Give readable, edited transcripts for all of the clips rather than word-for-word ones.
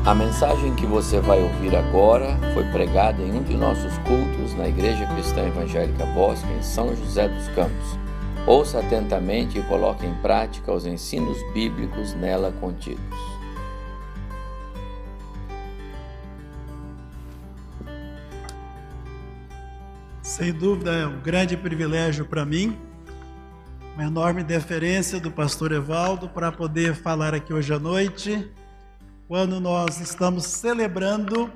A mensagem que você vai ouvir agora foi pregada em um de nossos cultos na Igreja Cristã Evangélica Bosque, em São José dos Campos. Ouça atentamente e coloque em prática os ensinos bíblicos nela contidos. Sem dúvida é um grande privilégio para mim, uma enorme deferência do pastor Evaldo para poder falar aqui hoje à noite, quando nós estamos celebrando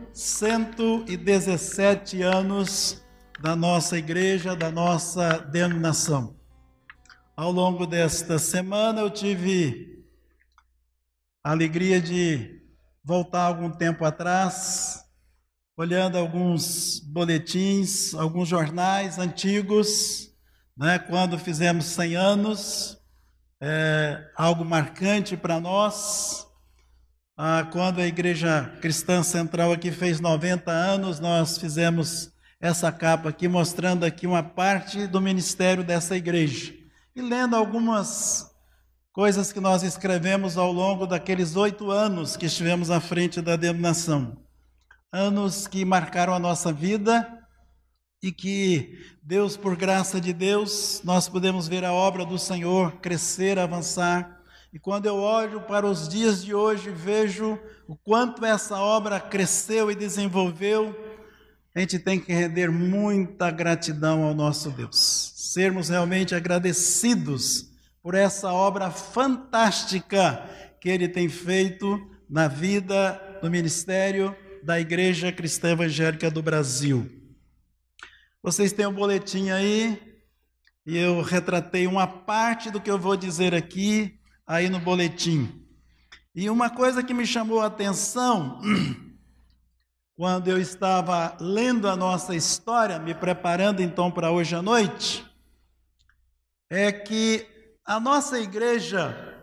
117 anos da nossa igreja, da nossa denominação. Ao longo desta semana eu tive a alegria de voltar algum tempo atrás, olhando alguns boletins, alguns jornais antigos, quando fizemos 100 anos, algo marcante para nós. Quando a Igreja Cristã Central aqui fez 90 anos, nós fizemos essa capa aqui, mostrando aqui uma parte do ministério dessa igreja. E lendo algumas coisas que nós escrevemos ao longo daqueles 8 anos que estivemos à frente da denominação. Anos que marcaram a nossa vida e que Deus, por graça de Deus, nós podemos ver a obra do Senhor crescer, avançar. E quando eu olho para os dias de hoje, vejo o quanto essa obra cresceu e desenvolveu, a gente tem que render muita gratidão ao nosso Deus. Sermos realmente agradecidos por essa obra fantástica que Ele tem feito na vida do ministério da Igreja Cristã Evangélica do Brasil. Vocês têm um boletim aí, e eu retratei uma parte do que eu vou dizer aqui, aí no boletim. E uma coisa que me chamou a atenção, quando eu estava lendo a nossa história, me preparando então para hoje à noite, é que a nossa igreja,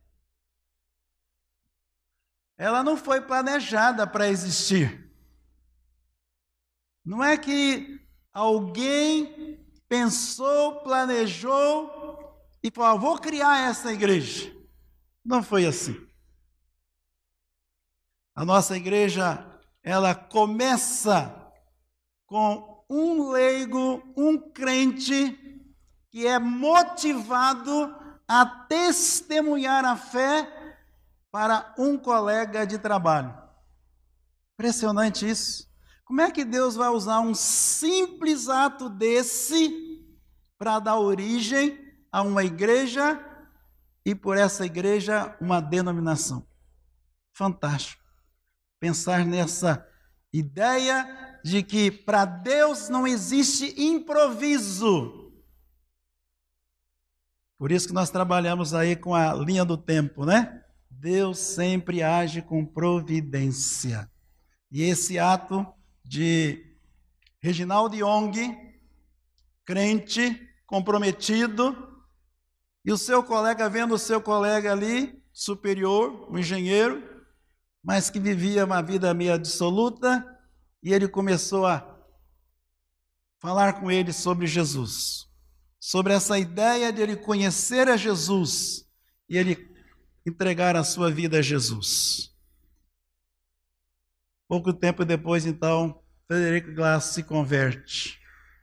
ela não foi planejada para existir. Não é que alguém pensou, planejou e falou, vou criar essa igreja. Não foi assim. A nossa igreja, ela começa com um leigo, um crente que é motivado a testemunhar a fé para um colega de trabalho. Impressionante isso. Como é que Deus vai usar um simples ato desse para dar origem a uma igreja e por essa igreja uma denominação? Fantástico. Pensar nessa ideia de que para Deus não existe improviso. Por isso que nós trabalhamos aí com a linha do tempo, Deus sempre age com providência. E esse ato de Reginaldo Young, crente, comprometido, e o seu colega, vendo o seu colega ali, superior, um engenheiro, mas que vivia uma vida meio dissoluta, e ele começou a falar com ele sobre Jesus, sobre essa ideia de ele conhecer a Jesus, e ele entregar a sua vida a Jesus. Pouco tempo depois, então, Frederico Glass se converte.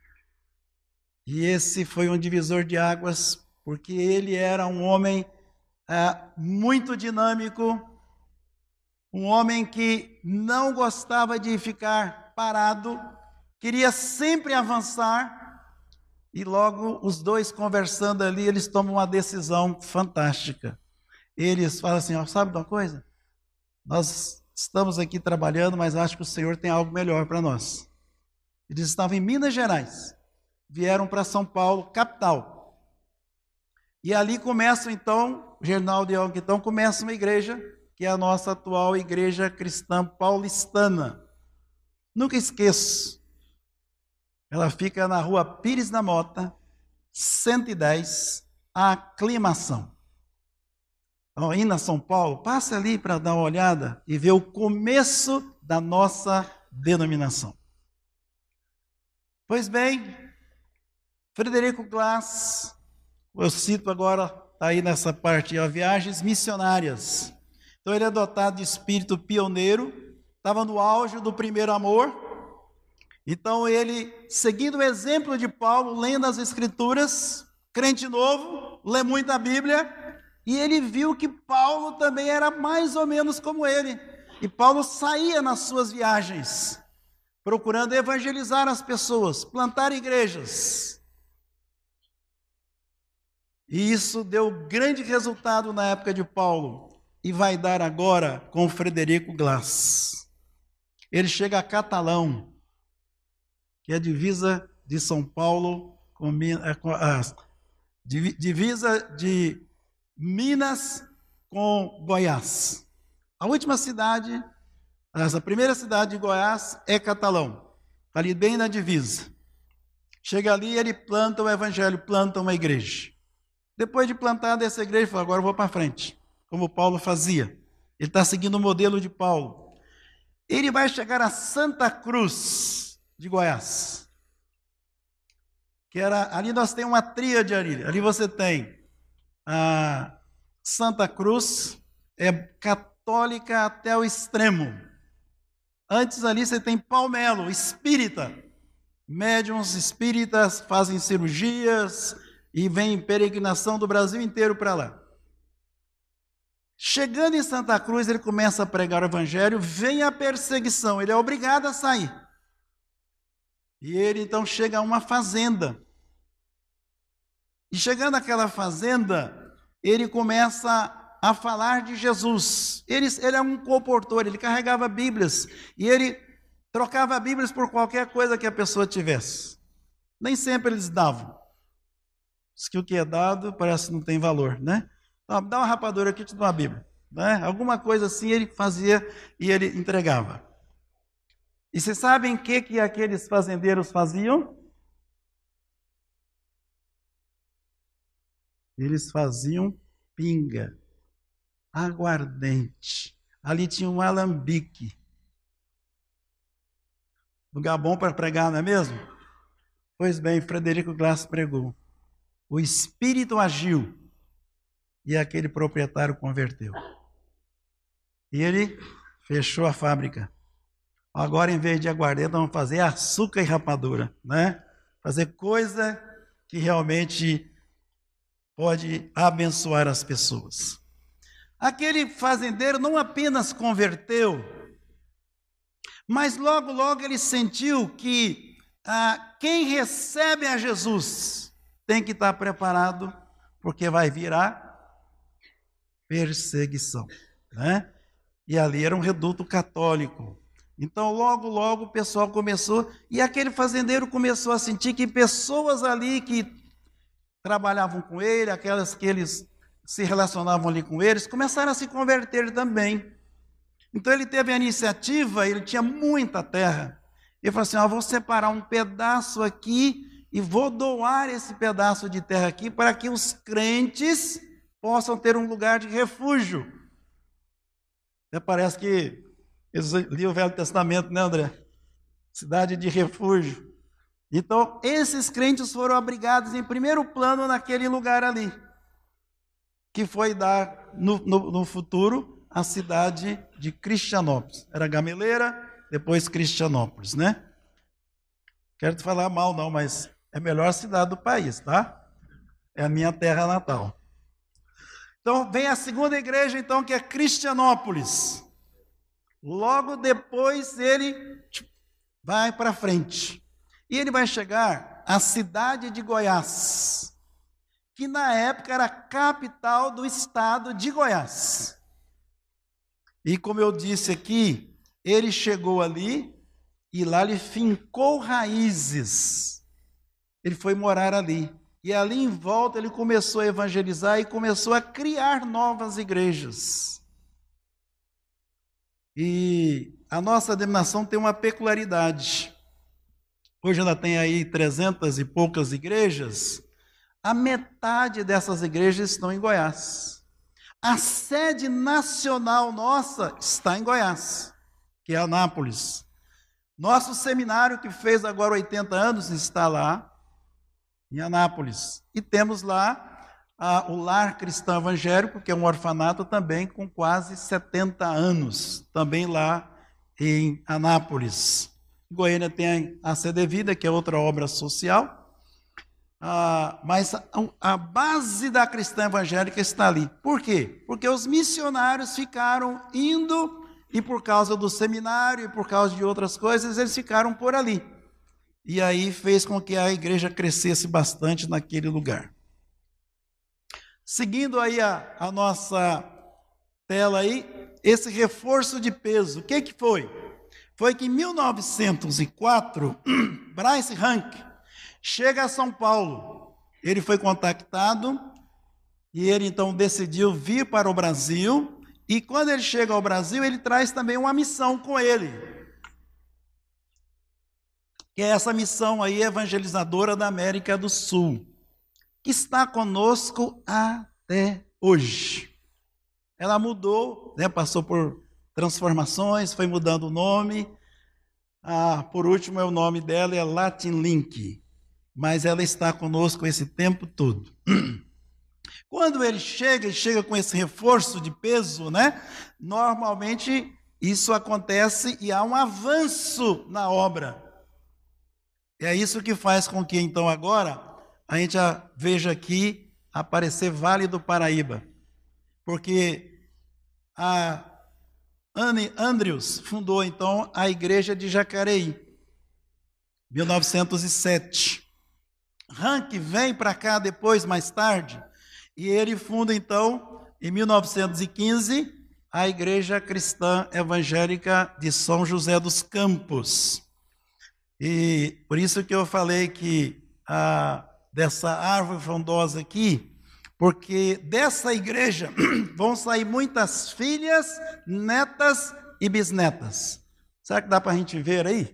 E esse foi um divisor de águas, porque ele era um homem muito dinâmico, um homem que não gostava de ficar parado, queria sempre avançar, e logo os dois conversando ali, eles tomam uma decisão fantástica. Eles falam assim, sabe de uma coisa? Nós estamos aqui trabalhando, mas acho que o Senhor tem algo melhor para nós. Eles estavam em Minas Gerais, vieram para São Paulo, capital. E ali começam então, o Reginaldo Young então começa uma igreja, que é a nossa atual Igreja Cristã Paulistana. Nunca esqueço, ela fica na rua Pires da Mota, 110, a Aclimação. Então, indo a São Paulo, passe ali para dar uma olhada e ver o começo da nossa denominação. Pois bem, Frederico Glass, eu cito agora, está aí nessa parte, viagens missionárias. Então ele é dotado de espírito pioneiro, estava no auge do primeiro amor. Então ele, seguindo o exemplo de Paulo, lendo as Escrituras, crente novo, lê muito a Bíblia, e ele viu que Paulo também era mais ou menos como ele. E Paulo saía nas suas viagens, procurando evangelizar as pessoas, plantar igrejas. E isso deu grande resultado na época de Paulo, e vai dar agora com Frederico Glass. Ele chega a Catalão, que é a divisa de São Paulo, divisa de Minas com Goiás. A última cidade, essa primeira cidade de Goiás é Catalão, está ali bem na divisa. Chega ali, ele planta o evangelho, planta uma igreja. Depois de plantar essa igreja, ele fala, agora eu vou para frente, como Paulo fazia. Ele está seguindo o modelo de Paulo. Ele vai chegar a Santa Cruz de Goiás, que era, ali nós temos uma tríade ali você tem a Santa Cruz, é católica até o extremo. Antes ali você tem Palmelo, espírita, médiuns espíritas fazem cirurgias e vem peregrinação do Brasil inteiro para lá. Chegando em Santa Cruz, ele começa a pregar o evangelho, vem a perseguição, ele é obrigado a sair. E ele então chega a uma fazenda. E chegando àquela fazenda, ele começa a falar de Jesus. Ele é um comportor, ele carregava Bíblias, e ele trocava Bíblias por qualquer coisa que a pessoa tivesse. Nem sempre eles davam. Diz que o que é dado parece que não tem valor, né? Dá uma rapadura aqui, te dou uma Bíblia. Né? Alguma coisa assim ele fazia e ele entregava. E vocês sabem o que aqueles fazendeiros faziam? Eles faziam pinga, aguardente. Ali tinha um alambique. Lugar bom para pregar, não é mesmo? Pois bem, Frederico Glass pregou. O Espírito agiu. E aquele proprietário converteu. E ele fechou a fábrica. Agora, em vez de aguardente, vamos fazer açúcar e rapadura, né? Fazer coisa que realmente pode abençoar as pessoas. Aquele fazendeiro não apenas converteu, mas logo ele sentiu que quem recebe a Jesus tem que estar preparado, porque vai virar perseguição, né? E ali era um reduto católico. Então logo o pessoal começou, e aquele fazendeiro começou a sentir que pessoas ali que trabalhavam com ele, aquelas que eles se relacionavam ali com eles, começaram a se converter também. Então ele teve a iniciativa, ele tinha muita terra, ele falou assim, vou separar um pedaço aqui e vou doar esse pedaço de terra aqui para que os crentes possam ter um lugar de refúgio. Até parece que eles liam o Velho Testamento, né, André? Cidade de refúgio. Então, esses crentes foram abrigados em primeiro plano naquele lugar ali, que foi dar, no futuro, a cidade de Cristianópolis. Era Gameleira, depois Cristianópolis, né? Quero te falar mal não, mas é a melhor cidade do país, tá? É a minha terra natal. Então, vem a segunda igreja, então, que é Cristianópolis. Logo depois, ele vai para frente. E ele vai chegar à cidade de Goiás, que na época era a capital do estado de Goiás. E como eu disse aqui, ele chegou ali e lá ele fincou raízes. Ele foi morar ali. E ali em volta ele começou a evangelizar e começou a criar novas igrejas. E a nossa denominação tem uma peculiaridade. Hoje ela tem aí 300 e poucas igrejas. A metade dessas igrejas estão em Goiás. A sede nacional nossa está em Goiás, que é Anápolis. Nosso seminário, que fez agora 80 anos, está lá em Anápolis. E temos lá o Lar Cristão Evangélico, que é um orfanato também com quase 70 anos, também lá em Anápolis. Em Goiânia tem a CD Vida, que é outra obra social, mas a base da cristã evangélica está ali. Por quê? Porque os missionários ficaram indo, e por causa do seminário e por causa de outras coisas, eles ficaram por ali. E aí fez com que a igreja crescesse bastante naquele lugar. Seguindo aí a nossa tela aí, esse reforço de peso, o que foi? Foi que em 1904, Bryce Hank chega a São Paulo. Ele foi contactado e ele então decidiu vir para o Brasil. E quando ele chega ao Brasil, ele traz também uma missão com ele, que é essa missão aí evangelizadora da América do Sul, que está conosco até hoje. Ela mudou, né, passou por transformações, foi mudando o nome. Por último, o nome dela é Latin Link, mas ela está conosco esse tempo todo. Quando ele chega com esse reforço de peso, né? Normalmente isso acontece e há um avanço na obra. É isso que faz com que, então, agora, a gente já veja aqui aparecer Vale do Paraíba. Porque a Anne Andrews fundou, então, a igreja de Jacareí, 1907. Hank vem para cá depois, mais tarde, e ele funda, então, em 1915, a Igreja Cristã Evangélica de São José dos Campos. E por isso que eu falei que dessa árvore frondosa aqui, porque dessa igreja vão sair muitas filhas, netas e bisnetas. Será que dá para a gente ver aí?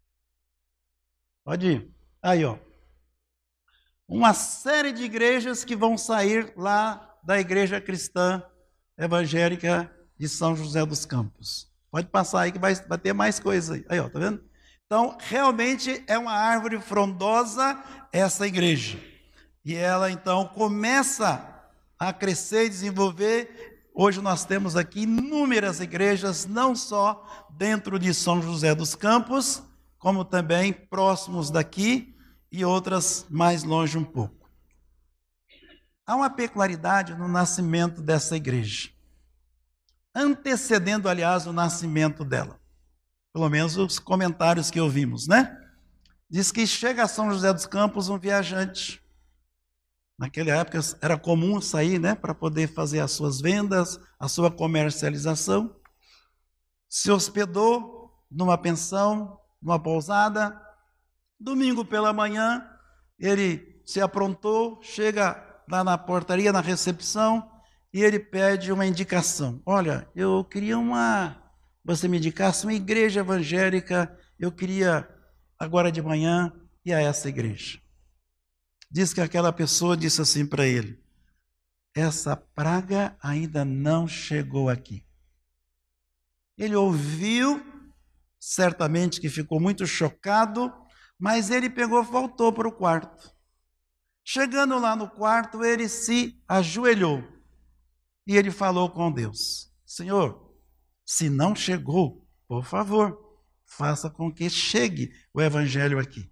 Pode ir. Aí, ó. Uma série de igrejas que vão sair lá da Igreja Cristã Evangélica de São José dos Campos. Pode passar aí que vai ter mais coisa aí. Aí, ó, tá vendo? Então, realmente é uma árvore frondosa essa igreja. E ela, então, começa a crescer e desenvolver. Hoje nós temos aqui inúmeras igrejas, não só dentro de São José dos Campos, como também próximos daqui, e outras mais longe um pouco. Há uma peculiaridade no nascimento dessa igreja, antecedendo, aliás, o nascimento dela. Pelo menos os comentários que ouvimos, né? Diz que chega a São José dos Campos um viajante. Naquela época era comum sair, né, para poder fazer as suas vendas, a sua comercialização. Se hospedou numa pensão, numa pousada. Domingo pela manhã, ele se aprontou, chega lá na portaria, na recepção, e ele pede uma indicação. Olha, eu queria você me indicasse uma igreja evangélica, eu queria agora de manhã ir a essa igreja. Diz que aquela pessoa disse assim para ele: essa praga ainda não chegou aqui. Ele ouviu, certamente que ficou muito chocado, mas ele voltou para o quarto. Chegando lá no quarto, ele se ajoelhou e ele falou com Deus: Senhor, se não chegou, por favor, faça com que chegue o evangelho aqui.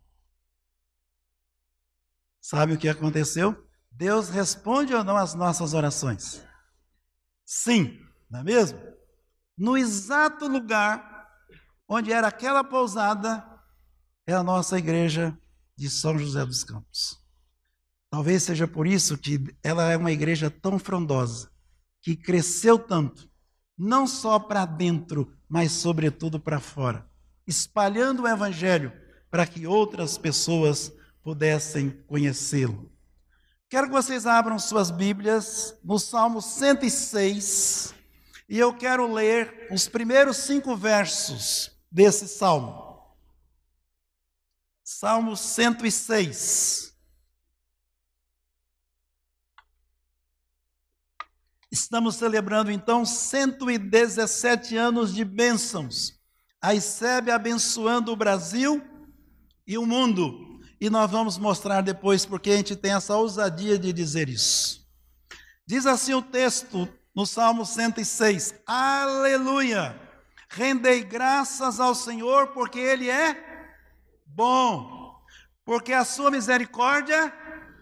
Sabe o que aconteceu? Deus responde ou não às nossas orações? Sim, não é mesmo? No exato lugar onde era aquela pousada, é a nossa igreja de São José dos Campos. Talvez seja por isso que ela é uma igreja tão frondosa, que cresceu tanto, não só para dentro, mas sobretudo para fora, espalhando o evangelho para que outras pessoas pudessem conhecê-lo. Quero que vocês abram suas Bíblias no Salmo 106, e eu quero ler os primeiros 5 versos desse salmo. Salmo 106. Estamos celebrando, então, 117 anos de bênçãos. A ICEB abençoando o Brasil e o mundo. E nós vamos mostrar depois porque a gente tem essa ousadia de dizer isso. Diz assim o texto no Salmo 106, aleluia, rendei graças ao Senhor, porque Ele é bom, porque a sua misericórdia,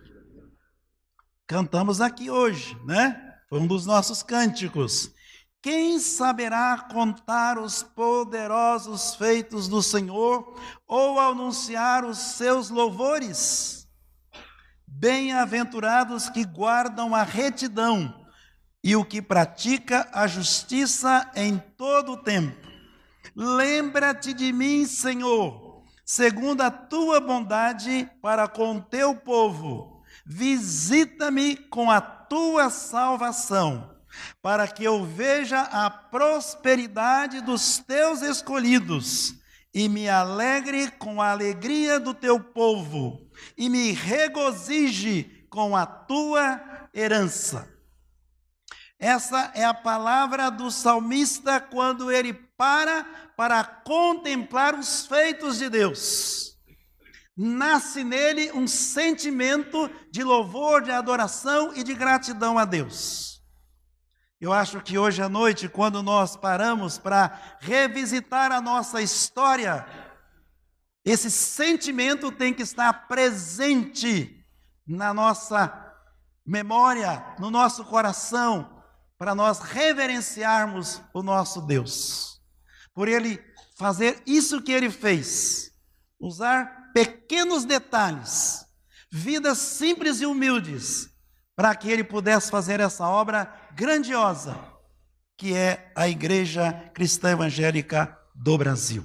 cantamos aqui hoje, né? Foi um dos nossos cânticos. Quem saberá contar os poderosos feitos do Senhor ou anunciar os seus louvores? Bem-aventurados que guardam a retidão e o que pratica a justiça em todo o tempo. Lembra-te de mim, Senhor, segundo a tua bondade para com o teu povo. Visita-me com a tua salvação, para que eu veja a prosperidade dos teus escolhidos e me alegre com a alegria do teu povo e me regozije com a tua herança. Essa é a palavra do salmista quando ele para contemplar os feitos de Deus. Nasce nele um sentimento de louvor, de adoração e de gratidão a Deus. Eu acho que hoje à noite, quando nós paramos para revisitar a nossa história, esse sentimento tem que estar presente na nossa memória, no nosso coração, para nós reverenciarmos o nosso Deus. Por Ele fazer isso que Ele fez, usar pequenos detalhes, vidas simples e humildes, para que Ele pudesse fazer essa obra grandiosa, que é a Igreja Cristã Evangélica do Brasil.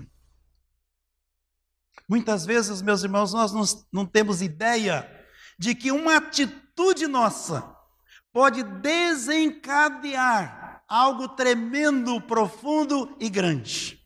Muitas vezes, meus irmãos, nós não temos ideia de que uma atitude nossa pode desencadear algo tremendo, profundo e grande.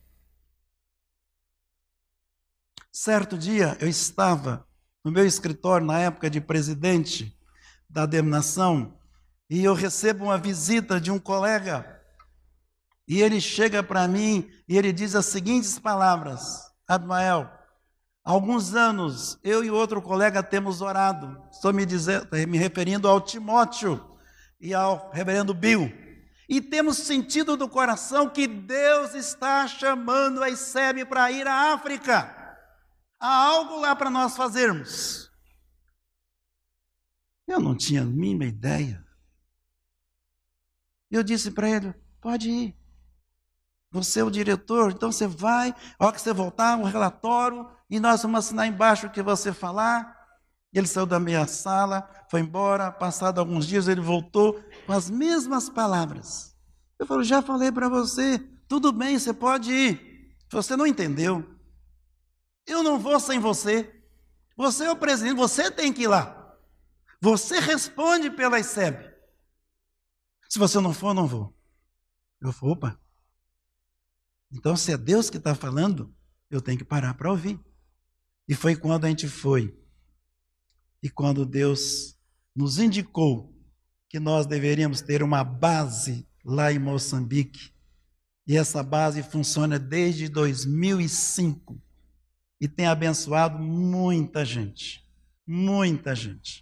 Certo dia, eu estava no meu escritório, na época de presidente da denominação, e eu recebo uma visita de um colega, e ele chega para mim e ele diz as seguintes palavras: Abimael, há alguns anos eu e outro colega temos orado, estou me referindo ao Timóteo e ao reverendo Bill, e temos sentido do coração que Deus está chamando a ICEB para ir à África. Há algo lá para nós fazermos. Eu não tinha a mínima ideia. Eu disse para ele: pode ir. Você é o diretor, então você vai, a hora que você voltar, um relatório, e nós vamos assinar embaixo o que você falar. Ele saiu da minha sala, foi embora, passado alguns dias ele voltou com as mesmas palavras. Eu falo: já falei para você, tudo bem, você pode ir. Você não entendeu. Eu não vou sem você. Você é o presidente, você tem que ir lá. Você responde pela ICEB. Se você não for, eu não vou. Eu falo: opa. Então, se é Deus que está falando, eu tenho que parar para ouvir. E foi quando a gente foi. E quando Deus nos indicou que nós deveríamos ter uma base lá em Moçambique. E essa base funciona desde 2005. E tem abençoado muita gente. Muita gente.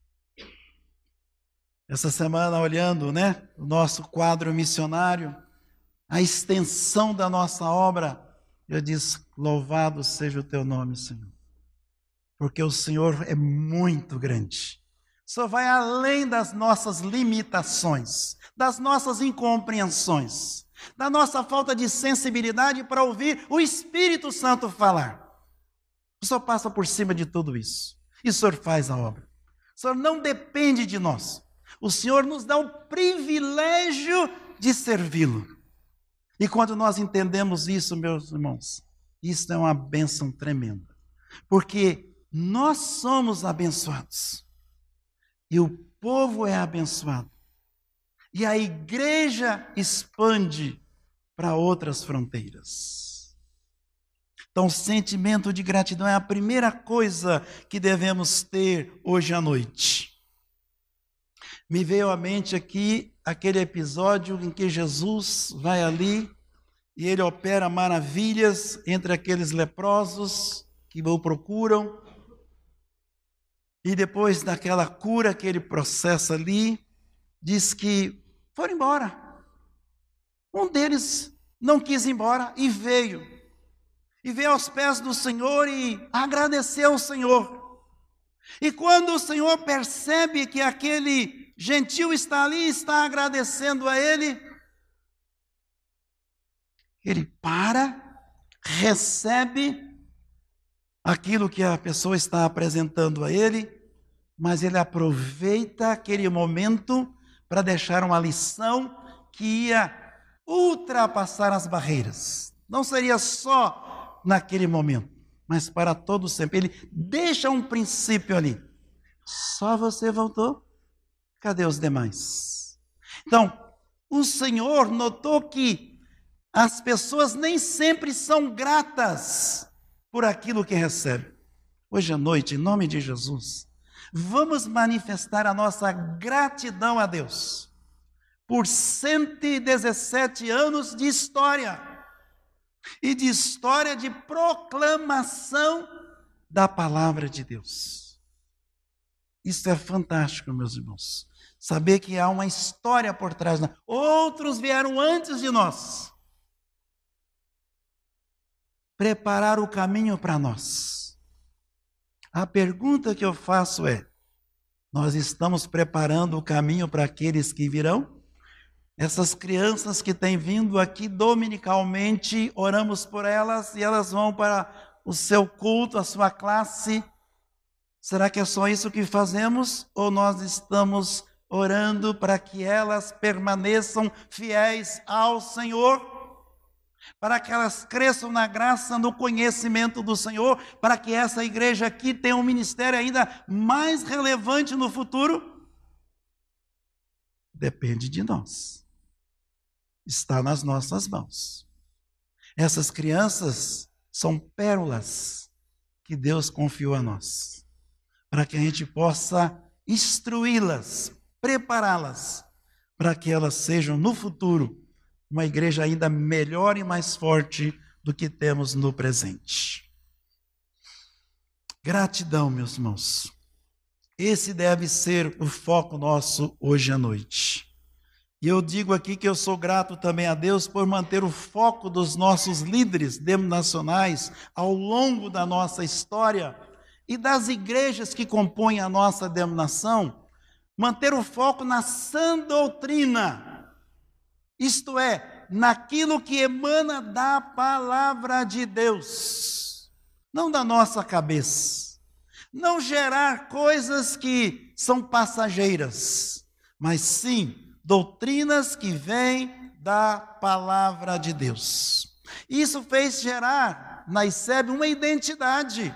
Essa semana, olhando, né, o nosso quadro missionário, a extensão da nossa obra, eu disse: louvado seja o teu nome, Senhor. Porque o Senhor é muito grande. Só vai além das nossas limitações, das nossas incompreensões, da nossa falta de sensibilidade para ouvir o Espírito Santo falar. O Senhor passa por cima de tudo isso. E o Senhor faz a obra. O Senhor não depende de nós. O Senhor nos dá o privilégio de servi-lo. E quando nós entendemos isso, meus irmãos, isso é uma bênção tremenda. Porque nós somos abençoados. E o povo é abençoado. E a igreja expande para outras fronteiras. Então, o sentimento de gratidão é a primeira coisa que devemos ter hoje à noite. Me veio à mente aqui aquele episódio em que Jesus vai ali e ele opera maravilhas entre aqueles leprosos que o procuram. E depois daquela cura que ele processa ali, diz que foram embora. Um deles não quis ir embora e veio. E veio aos pés do Senhor e agradeceu ao Senhor. E quando o Senhor percebe que aquele gentil está ali, está agradecendo a ele, ele para, recebe aquilo que a pessoa está apresentando a ele, mas ele aproveita aquele momento para deixar uma lição que ia ultrapassar as barreiras. Não seria só naquele momento, mas para todo sempre. Ele deixa um princípio ali. Só você voltou? Cadê os demais? Então, o Senhor notou que as pessoas nem sempre são gratas por aquilo que recebem. Hoje à noite, em nome de Jesus, vamos manifestar a nossa gratidão a Deus por 117 anos de história e de história de proclamação da palavra de Deus. Isso é fantástico, meus irmãos. Saber que há uma história por trás. Outros vieram antes de nós. Preparar o caminho para nós. A pergunta que eu faço é: nós estamos preparando o caminho para aqueles que virão? Essas crianças que têm vindo aqui dominicalmente, oramos por elas e elas vão para o seu culto, a sua classe. Será que é só isso que fazemos? Ou nós estamos orando para que elas permaneçam fiéis ao Senhor? Para que elas cresçam na graça, no conhecimento do Senhor, para que essa igreja aqui tenha um ministério ainda mais relevante no futuro? Depende de nós. Está nas nossas mãos. Essas crianças são pérolas que Deus confiou a nós, para que a gente possa instruí-las, prepará-las, para que elas sejam no futuro uma igreja ainda melhor e mais forte do que temos no presente. Gratidão, meus irmãos. Esse deve ser o foco nosso hoje à noite. E eu digo aqui que eu sou grato também a Deus por manter o foco dos nossos líderes denominacionais ao longo da nossa história e das igrejas que compõem a nossa denominação, manter o foco na sã doutrina. Isto é, naquilo que emana da palavra de Deus, não da nossa cabeça. Não gerar coisas que são passageiras, mas sim doutrinas que vêm da palavra de Deus. Isso fez gerar na ICEB uma identidade.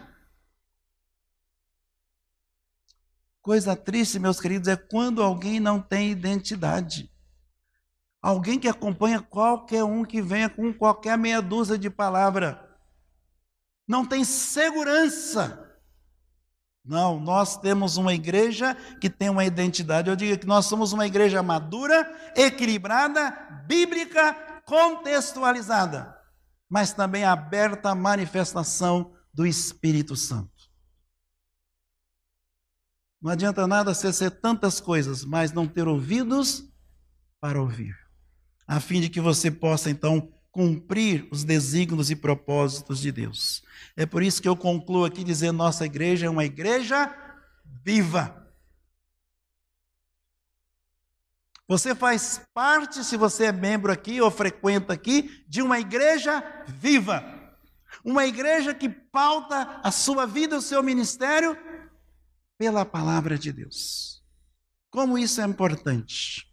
Coisa triste, meus queridos, é quando alguém não tem identidade. Alguém que acompanha qualquer um que venha com qualquer meia dúzia de palavra. Não tem segurança. Não, nós temos uma igreja que tem uma identidade. Eu digo que nós somos uma igreja madura, equilibrada, bíblica, contextualizada, mas também aberta à manifestação do Espírito Santo. Não adianta nada você ser tantas coisas, mas não ter ouvidos para ouvir, a fim de que você possa, então, cumprir os desígnios e propósitos de Deus. É por isso que eu concluo aqui dizendo: nossa igreja é uma igreja viva. Você faz parte, se você é membro aqui ou frequenta aqui, de uma igreja viva. Uma igreja que pauta a sua vida, o seu ministério, pela palavra de Deus. Como isso é importante.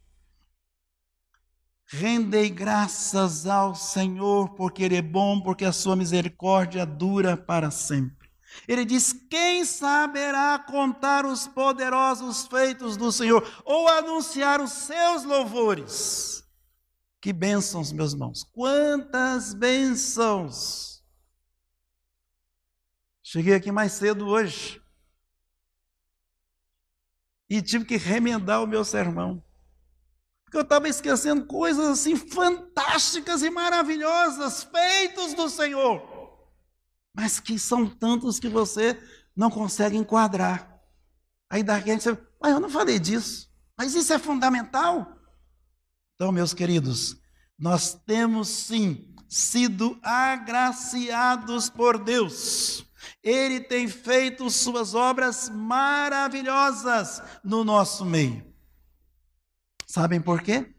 Rendei graças ao Senhor, porque Ele é bom, porque a sua misericórdia dura para sempre. Ele diz: quem saberá contar os poderosos feitos do Senhor, ou anunciar os seus louvores? Que bênçãos, meus irmãos, quantas bênçãos! Cheguei aqui mais cedo hoje, e tive que remendar o meu sermão. Porque eu estava esquecendo coisas assim fantásticas e maravilhosas, feitos do Senhor, mas que são tantos que você não consegue enquadrar. Aí daqui a gente diz: mas eu não falei disso, Mas isso é fundamental. Então, meus queridos, nós temos sim sido agraciados por Deus. Ele tem feito suas obras maravilhosas no nosso meio. Sabem por quê?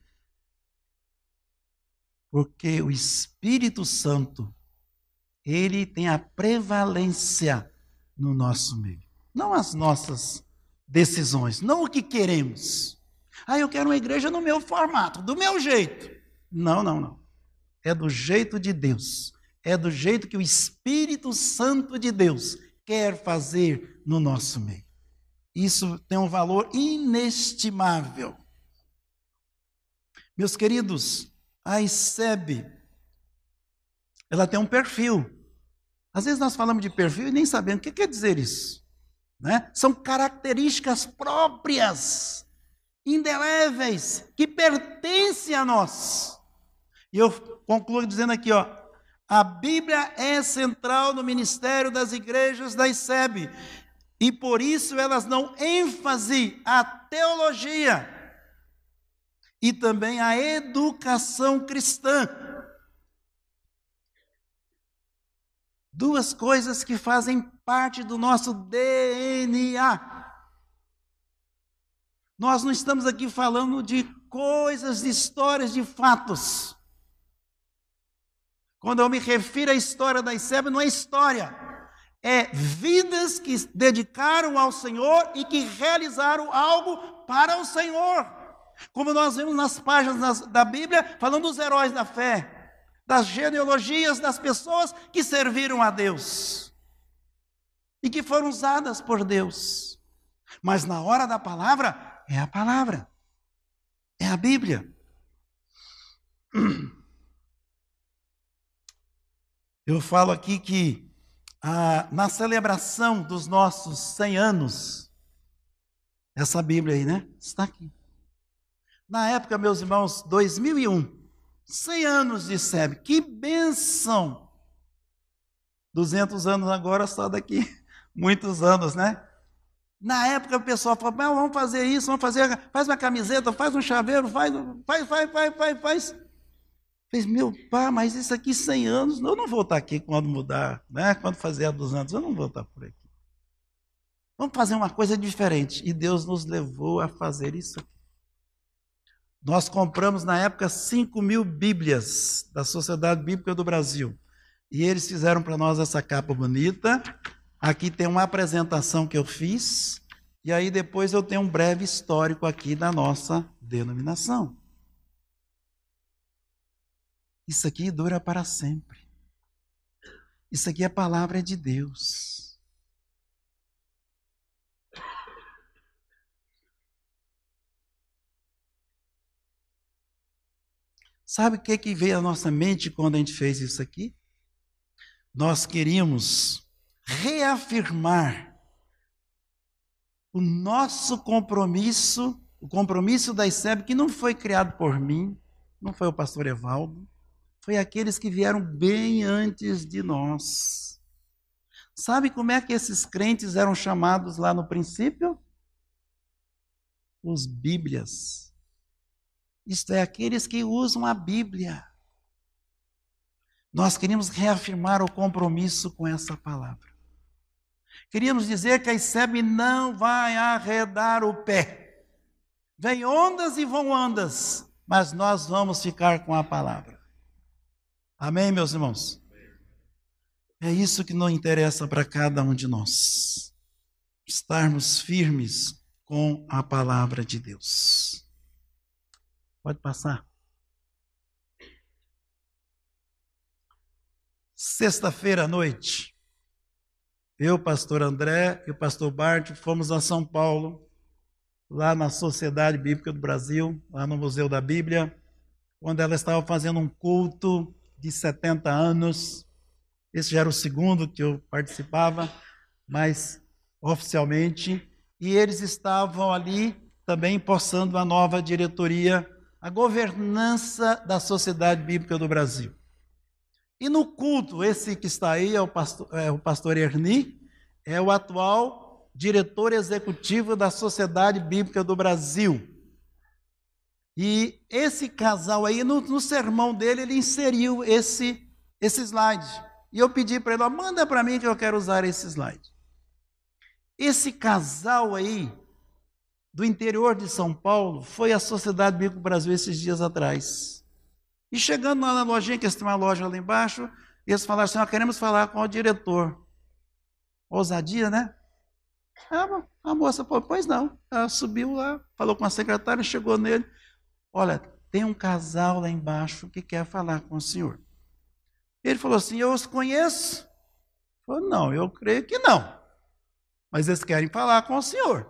Porque o Espírito Santo, ele tem a prevalência no nosso meio. Não as nossas decisões, não o que queremos. Eu quero uma igreja no meu formato, do meu jeito. Não. É do jeito de Deus. É do jeito que o Espírito Santo de Deus quer fazer no nosso meio. Isso tem um valor inestimável. Meus queridos, a ICEB, ela tem um perfil. Às vezes nós falamos de perfil e nem sabemos o que quer dizer isso, né? São características próprias, indeléveis, que pertencem a nós. E eu concluo dizendo aqui, a Bíblia é central no ministério das igrejas da ICEB, e por isso elas dão ênfase à teologia e também à educação cristã. Duas coisas que fazem parte do nosso DNA. Nós não estamos aqui falando de coisas, de histórias, de fatos. Quando eu me refiro à história da ICEB, não é história. É vidas que dedicaram ao Senhor e que realizaram algo para o Senhor. Como nós vemos nas páginas da Bíblia, falando dos heróis da fé, das genealogias das pessoas que serviram a Deus e que foram usadas por Deus. Mas na hora da palavra, é a palavra, é a Bíblia. Eu falo aqui que na celebração dos nossos 100 anos, essa Bíblia aí, né? Está aqui. Na época, meus irmãos, 2001, 100 anos de ICEB, que bênção! 200 anos agora, só daqui muitos anos, né? Na época o pessoal falou, vamos fazer isso, faz uma camiseta, faz um chaveiro, faz. Fez, meu pai, mas isso aqui 100 anos, eu não vou estar aqui quando mudar, né? Quando fazer a 200, eu não vou estar por aqui. Vamos fazer uma coisa diferente. E Deus nos levou a fazer isso aqui. Nós compramos na época 5.000 Bíblias da Sociedade Bíblica do Brasil. E eles fizeram para nós essa capa bonita. Aqui tem uma apresentação que eu fiz. E aí depois eu tenho um breve histórico aqui da nossa denominação. Isso aqui dura para sempre. Isso aqui é a palavra de Deus. Sabe o que veio à nossa mente quando a gente fez isso aqui? Nós queríamos reafirmar o nosso compromisso, o compromisso da ICEB, que não foi criado por mim, não foi o pastor Evaldo, foi aqueles que vieram bem antes de nós. Sabe como é que esses crentes eram chamados lá no princípio? Os Bíblias. Isto é, aqueles que usam a Bíblia. Nós queríamos reafirmar o compromisso com essa palavra. Queríamos dizer que a ICEB não vai arredar o pé. Vem ondas e vão ondas, mas nós vamos ficar com a palavra. Amém, meus irmãos? É isso que não interessa para cada um de nós. Estarmos firmes com a palavra de Deus. Pode passar. Sexta-feira à noite, eu, pastor André e o pastor Bart fomos a São Paulo, lá na Sociedade Bíblica do Brasil, lá no Museu da Bíblia, quando ela estava fazendo um culto de 70 anos. Esse já era o segundo que eu participava, mas oficialmente. E eles estavam ali também empossando a nova diretoria, a governança da Sociedade Bíblica do Brasil. E no culto, esse que está aí é o pastor Erni, é o atual diretor executivo da Sociedade Bíblica do Brasil. E esse casal aí, no sermão dele, ele inseriu esse slide. E eu pedi para ele, manda para mim que eu quero usar esse slide. Esse casal aí, do interior de São Paulo, foi à Sociedade Bíblica do Brasil esses dias atrás. E chegando lá na lojinha, que eles têm uma loja lá embaixo, eles falaram assim, queremos falar com o diretor. Ousadia, né? A moça falou, pois não. Ela subiu lá, falou com a secretária, chegou nele. Olha, tem um casal lá embaixo que quer falar com o senhor. Ele falou assim, eu os conheço? Falou, não, eu creio que não. Mas eles querem falar com o senhor.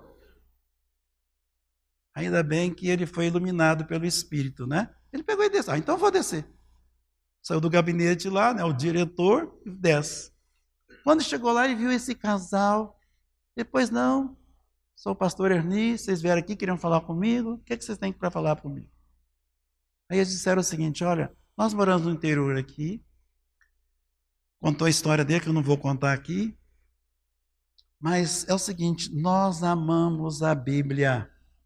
Ainda bem que ele foi iluminado pelo Espírito, né? Ele pegou e desceu. Então eu vou descer. Saiu do gabinete lá, né? O diretor, e desce. Quando chegou lá, ele viu esse casal. Depois, não, sou o pastor Erni, vocês vieram aqui, queriam falar comigo, o que vocês têm para falar comigo? Aí eles disseram o seguinte, olha, nós moramos no interior aqui, contou a história dele, que eu não vou contar aqui, mas é o seguinte, nós amamos a Bíblia,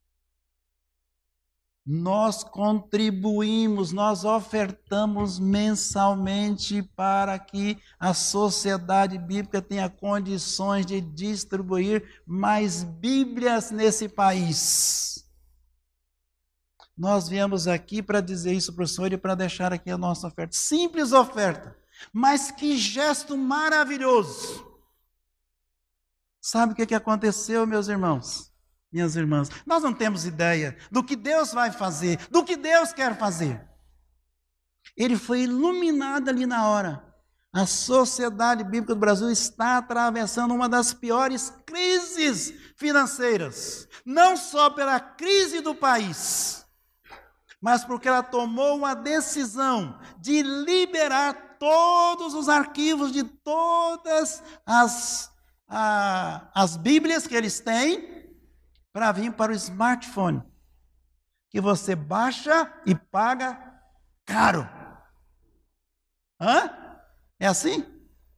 nós contribuímos, nós ofertamos mensalmente para que a sociedade bíblica tenha condições de distribuir mais Bíblias nesse país. Nós viemos aqui para dizer isso para o senhor e para deixar aqui a nossa oferta. Simples oferta, mas que gesto maravilhoso. Sabe o que aconteceu, meus irmãos? Minhas irmãs, nós não temos ideia do que Deus vai fazer, do que Deus quer fazer. Ele foi iluminado ali na hora. A Sociedade Bíblica do Brasil está atravessando uma das piores crises financeiras. Não só pela crise do país, mas porque ela tomou uma decisão de liberar todos os arquivos de todas as Bíblias que eles têm, para vir para o smartphone, que você baixa e paga caro. É assim?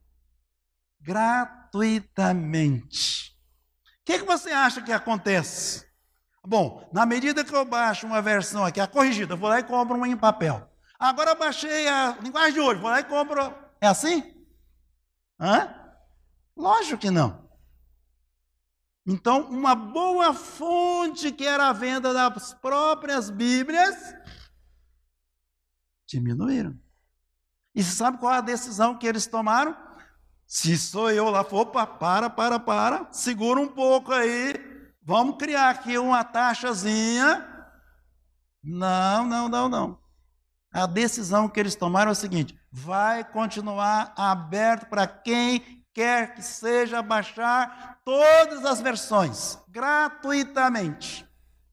Gratuitamente. O que você acha que acontece? Bom, na medida que eu baixo uma versão aqui, a corrigida, eu vou lá e compro uma em papel. Agora eu baixei a linguagem de hoje, vou lá e compro... É assim? Lógico que não. Então, uma boa fonte que era a venda das próprias Bíblias, diminuíram. E você sabe qual é a decisão que eles tomaram? Se sou eu lá, opa, para, segura um pouco aí, vamos criar aqui uma taxazinha. Não. A decisão que eles tomaram é o seguinte, vai continuar aberto para quem quer que seja baixar todas as versões, gratuitamente.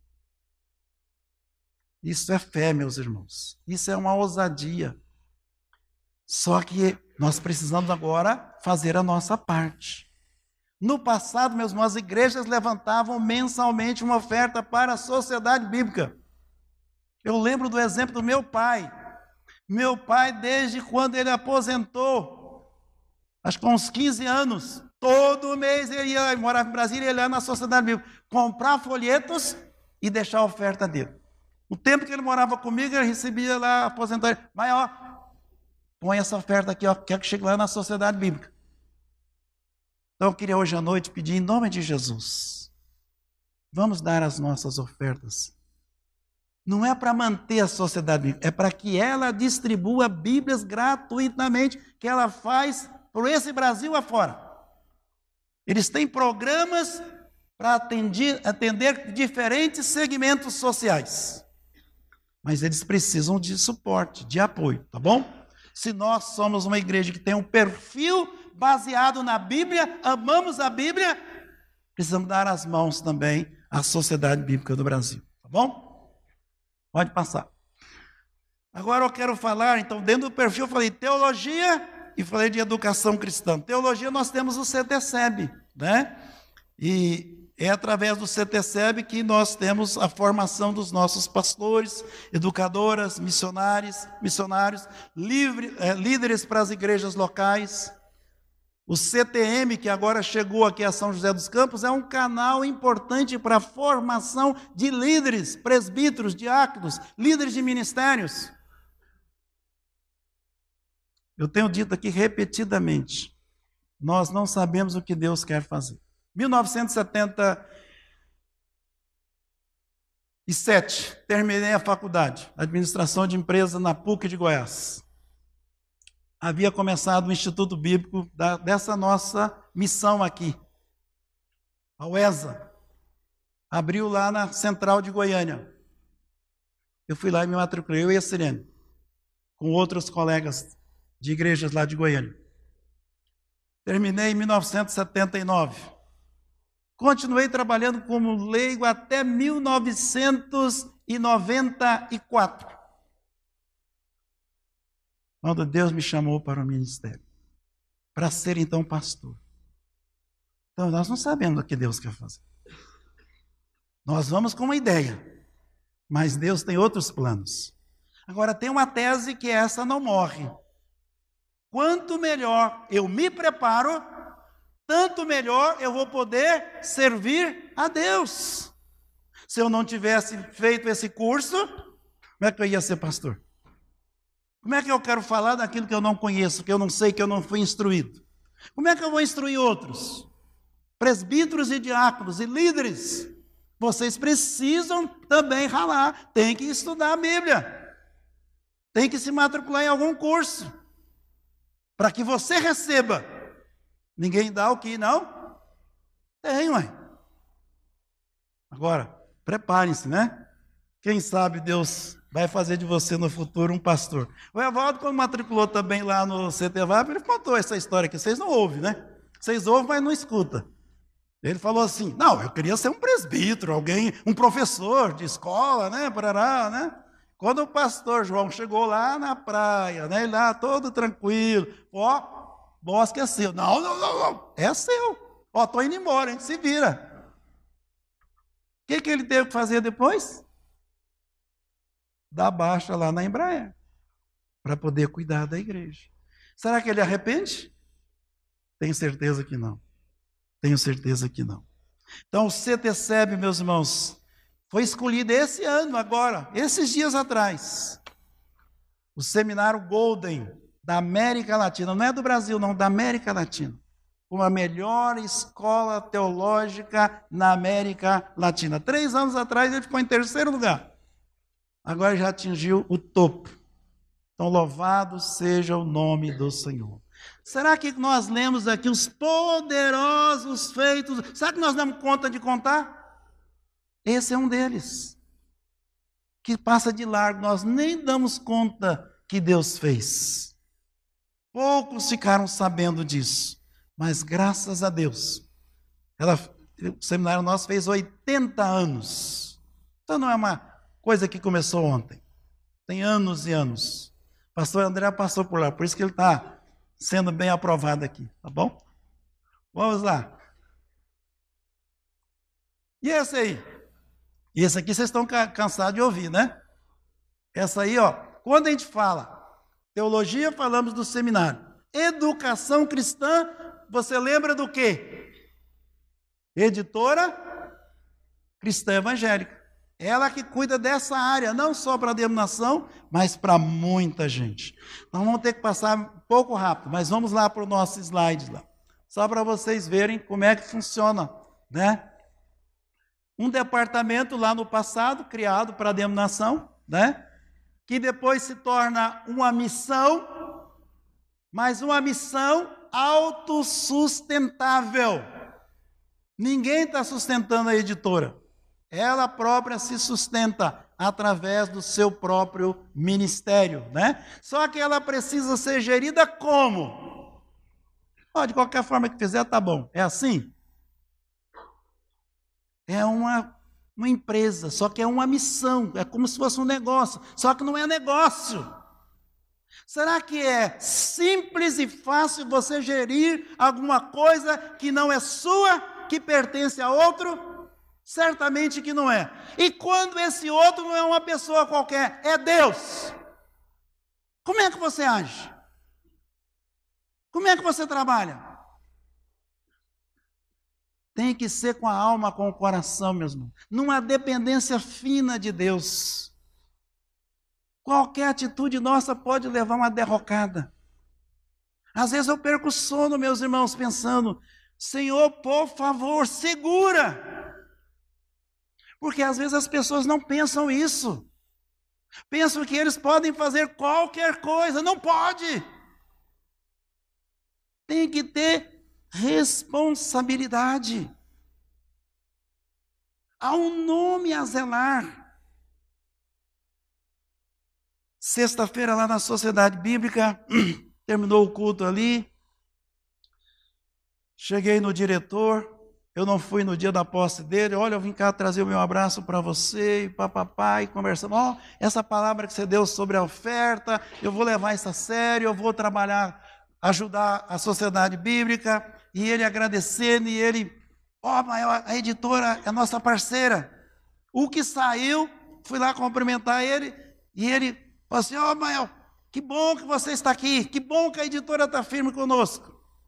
Isso é fé, meus irmãos. Isso é uma ousadia. Só que nós precisamos agora fazer a nossa parte. No passado, meus irmãos, as igrejas levantavam mensalmente uma oferta para a sociedade bíblica. Eu lembro do exemplo do meu pai. Meu pai, desde quando ele aposentou, acho que com uns 15 anos, todo mês ele ia, morava em Brasília, ele ia na Sociedade Bíblica, comprar folhetos e deixar a oferta dele. O tempo que ele morava comigo, ele recebia lá a aposentadoria. Mas, põe essa oferta aqui, quer que chegue lá na Sociedade Bíblica. Então, eu queria hoje à noite pedir, em nome de Jesus, vamos dar as nossas ofertas. Não é para manter a Sociedade Bíblica, é para que ela distribua Bíblias gratuitamente, que ela faz por esse Brasil afora. Eles têm programas para atender diferentes segmentos sociais. Mas eles precisam de suporte, de apoio, tá bom? Se nós somos uma igreja que tem um perfil baseado na Bíblia, amamos a Bíblia, precisamos dar as mãos também à Sociedade Bíblica do Brasil, tá bom? Pode passar. Agora eu quero falar, então, dentro do perfil eu falei teologia e falei de educação cristã. Teologia nós temos o CTCEB, né? E é através do CTCEB que nós temos a formação dos nossos pastores, educadoras, missionários, líderes para as igrejas locais. O CTM, que agora chegou aqui a São José dos Campos, é um canal importante para a formação de líderes, presbíteros, diáconos, líderes de ministérios. Eu tenho dito aqui repetidamente, nós não sabemos o que Deus quer fazer. 1977, terminei a faculdade, administração de empresa na PUC de Goiás. Havia começado o Instituto Bíblico dessa nossa missão aqui. A UESA abriu lá na Central de Goiânia. Eu fui lá e me matriculei, eu e a Sirene, com outros colegas de igrejas lá de Goiânia. Terminei em 1979. Continuei trabalhando como leigo até 1994. Quando Deus me chamou para o ministério, para ser então pastor. Então nós não sabemos o que Deus quer fazer. Nós vamos com uma ideia, mas Deus tem outros planos. Agora tem uma tese que essa não morre. Quanto melhor eu me preparo, tanto melhor eu vou poder servir a Deus. Se eu não tivesse feito esse curso, como é que eu ia ser pastor? Como é que eu quero falar daquilo que eu não conheço, que eu não sei, que eu não fui instruído? Como é que eu vou instruir outros? Presbíteros e diáconos e líderes, vocês precisam também ralar, tem que estudar a Bíblia, tem que se matricular em algum curso, para que você receba. Ninguém dá o que não tem, ué. Agora, preparem-se, né? Quem sabe Deus vai fazer de você no futuro um pastor. O Evaldo, quando matriculou também lá no CTVAP, ele contou essa história que vocês não ouvem, né? Vocês ouvem, mas não escutam. Ele falou assim, não, eu queria ser um presbítero, alguém, um professor de escola, né? Parará, né? Quando o pastor João chegou lá na praia, né? Ele lá todo tranquilo, ó, bosque é seu. Não, é seu. Ó, tô indo embora, a gente se vira. O que ele teve que fazer depois? Dar baixa lá na Embraer, para poder cuidar da igreja. Será que ele arrepende? Tenho certeza que não. Tenho certeza que não. Então o CTCEB, meus irmãos, foi escolhido esse ano agora, esses dias atrás. O Seminário Golden da América Latina, não é do Brasil não, da América Latina. Como a melhor escola teológica na América Latina. 3 anos atrás ele ficou em 3º lugar. Agora já atingiu o topo. Então, louvado seja o nome do Senhor. Será que nós lemos aqui os poderosos feitos? Será que nós damos conta de contar? Esse é um deles. Que passa de largo, nós nem damos conta que Deus fez. Poucos ficaram sabendo disso. Mas graças a Deus, o seminário nosso fez 80 anos. Então não é uma coisa que começou ontem. Tem anos e anos. O pastor André passou por lá, por isso que ele está sendo bem aprovado aqui, tá bom? Vamos lá. E esse aí? E esse aqui vocês estão cansados de ouvir, né? Essa aí, ó, quando a gente fala teologia, falamos do seminário. Educação cristã, você lembra do quê? Editora Cristã Evangélica. Ela que cuida dessa área, não só para a denominação, mas para muita gente. Nós vamos ter que passar um pouco rápido, mas vamos lá para o nosso slide lá. Só para vocês verem como é que funciona, né? Um departamento lá no passado, criado para a denominação, né? Que depois se torna uma missão, mas uma missão autossustentável. Ninguém está sustentando a editora. Ela própria se sustenta através do seu próprio ministério, né? Só que ela precisa ser gerida como? De qualquer forma que fizer, tá bom. É assim? É uma empresa, só que é uma missão. É como se fosse um negócio, só que não é negócio. Será que é simples e fácil você gerir alguma coisa que não é sua, que pertence a outro? Certamente que não é. E quando esse outro não é uma pessoa qualquer, é Deus. Como é que você age? Como é que você trabalha? Tem que ser com a alma, com o coração, meus irmãos. Numa dependência fina de Deus. Qualquer atitude nossa pode levar uma derrocada. Às vezes eu perco o sono, meus irmãos, pensando, Senhor, por favor, segura. Porque às vezes as pessoas não pensam isso. Pensam que eles podem fazer qualquer coisa. Não pode. Tem que ter responsabilidade. Há um nome a zelar. Sexta-feira lá na Sociedade Bíblica, terminou o culto ali. Cheguei no diretor, eu não fui no dia da posse dele. Olha, eu vim cá trazer o meu abraço para você, e papapá, e conversando. Ó, essa palavra que você deu sobre a oferta, eu vou levar isso a sério, eu vou trabalhar, ajudar a Sociedade Bíblica. E ele agradecendo, e ele, a editora é nossa parceira. O que saiu, fui lá cumprimentar ele, e ele falou assim, Mael, que bom que você está aqui, que bom que a editora está firme conosco.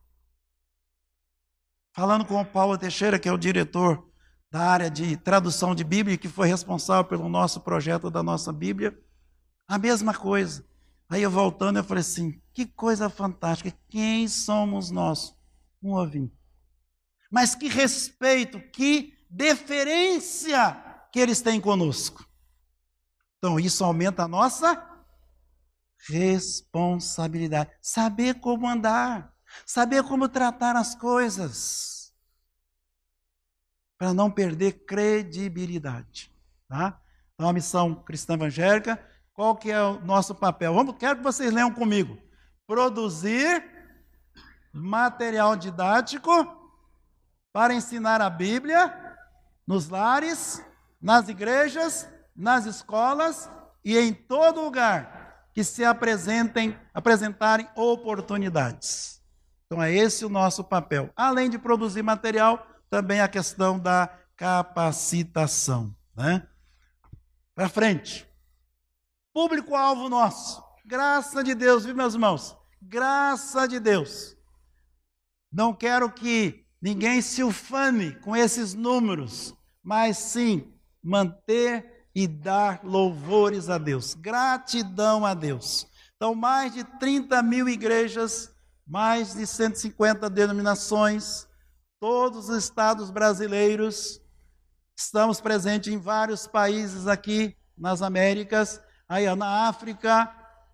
Falando com o Paulo Teixeira, que é o diretor da área de tradução de Bíblia, que foi responsável pelo nosso projeto da nossa Bíblia, a mesma coisa. Aí eu voltando, eu falei assim, que coisa fantástica, quem somos nós? Um ovinho. Mas que respeito, que deferência que eles têm conosco. Então isso aumenta a nossa responsabilidade. Saber como andar, saber como tratar as coisas, para não perder credibilidade. Tá? Então a missão cristã evangélica, qual que é o nosso papel? Quero que vocês leiam comigo. Produzir material didático para ensinar a Bíblia nos lares, nas igrejas, nas escolas e em todo lugar que se apresentarem oportunidades. Então é esse o nosso papel. Além de produzir material, também a questão da capacitação. Né? Para frente. Público-alvo nosso. Graça de Deus, viu, meus irmãos? Graça de Deus. Não quero que ninguém se ufane com esses números, mas sim manter e dar louvores a Deus, gratidão a Deus. Então, mais de 30 mil igrejas, mais de 150 denominações, todos os estados brasileiros, estamos presentes em vários países aqui nas Américas, aí na África,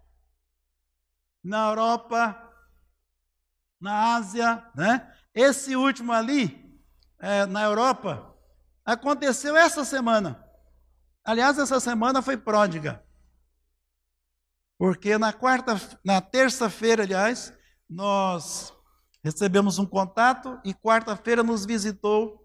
na Europa, na Ásia, né? Esse último ali, na Europa, aconteceu essa semana. Aliás, essa semana foi pródiga, porque na terça-feira, aliás, nós recebemos um contato e quarta-feira nos visitou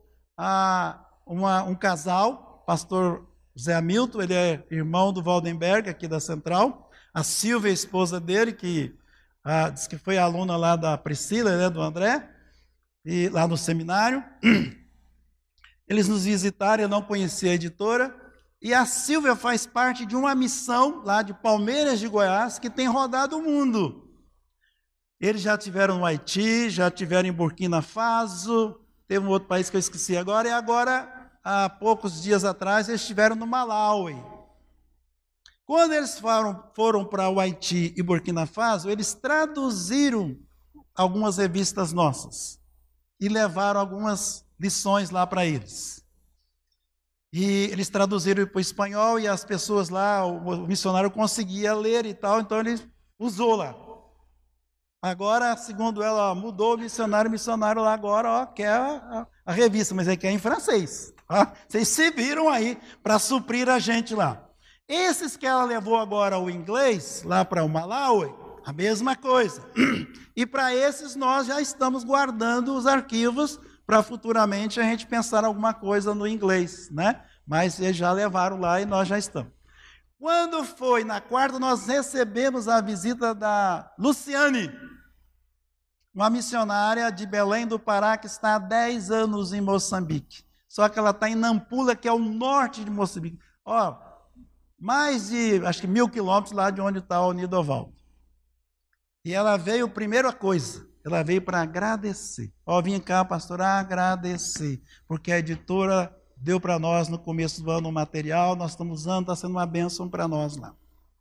um casal, pastor Zé Hamilton, ele é irmão do Waldenberg, aqui da Central, a Silvia, a esposa dele, que disse que foi aluna lá da Priscila, né, do André, e lá no seminário. Eles nos visitaram, eu não conhecia a editora, e a Silvia faz parte de uma missão lá de Palmeiras de Goiás, que tem rodado o mundo. Eles já tiveram no Haiti, já tiveram em Burkina Faso, teve um outro país que eu esqueci agora, e agora, há poucos dias atrás, eles estiveram no Malawi. Quando eles foram para o Haiti e Burkina Faso, eles traduziram algumas revistas nossas e levaram algumas lições lá para eles. E eles traduziram para o espanhol e as pessoas lá, o missionário conseguia ler e tal, então ele usou lá. Agora, segundo ela, mudou o missionário lá agora quer a revista, mas ele quer em francês. Vocês se viram aí para suprir a gente lá. Esses que ela levou agora o inglês, lá para o Malawi, a mesma coisa. E para esses nós já estamos guardando os arquivos para futuramente a gente pensar alguma coisa no inglês, né? Mas eles já levaram lá e nós já estamos. Quando foi na quarta, nós recebemos a visita da Luciane, uma missionária de Belém do Pará que está há 10 anos em Moçambique. Só que ela está em Nampula, que é o norte de Moçambique. Mais de, acho que 1.000 quilômetros lá de onde está o Nidovaldo. E ela veio, primeira coisa, Ela veio para agradecer. Ó, vim cá, pastor, agradecer, porque a editora deu para nós no começo do ano um material, nós estamos usando, está sendo uma bênção para nós lá.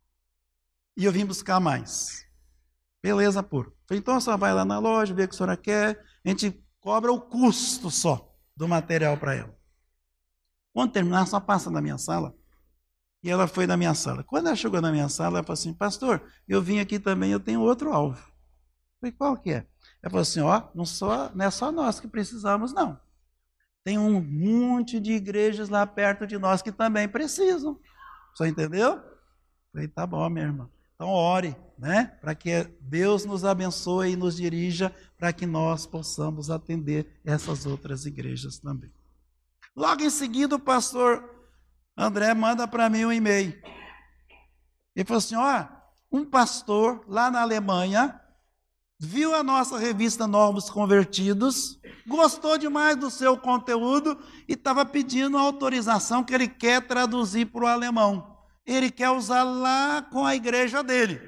E eu vim buscar mais. Beleza, puro. Falei, então a senhora vai lá na loja, vê o que a senhora quer, a gente cobra o custo só do material para ela. Quando terminar, só passa na minha sala. E ela foi na minha sala. Quando ela chegou na minha sala, ela falou assim, pastor, eu vim aqui também, eu tenho outro alvo. Eu falei, qual que é? Ela falou assim, ó, não é só nós que precisamos, não. Tem um monte de igrejas lá perto de nós que também precisam. Só entendeu? Eu falei, tá bom, minha irmã. Então ore, né? Para que Deus nos abençoe e nos dirija para que nós possamos atender essas outras igrejas também. Logo em seguida, o pastor André manda para mim um e-mail. Ele falou assim, ó, um pastor lá na Alemanha viu a nossa revista Novos Convertidos, gostou demais do seu conteúdo e estava pedindo autorização que ele quer traduzir para o alemão. Ele quer usar lá com a igreja dele.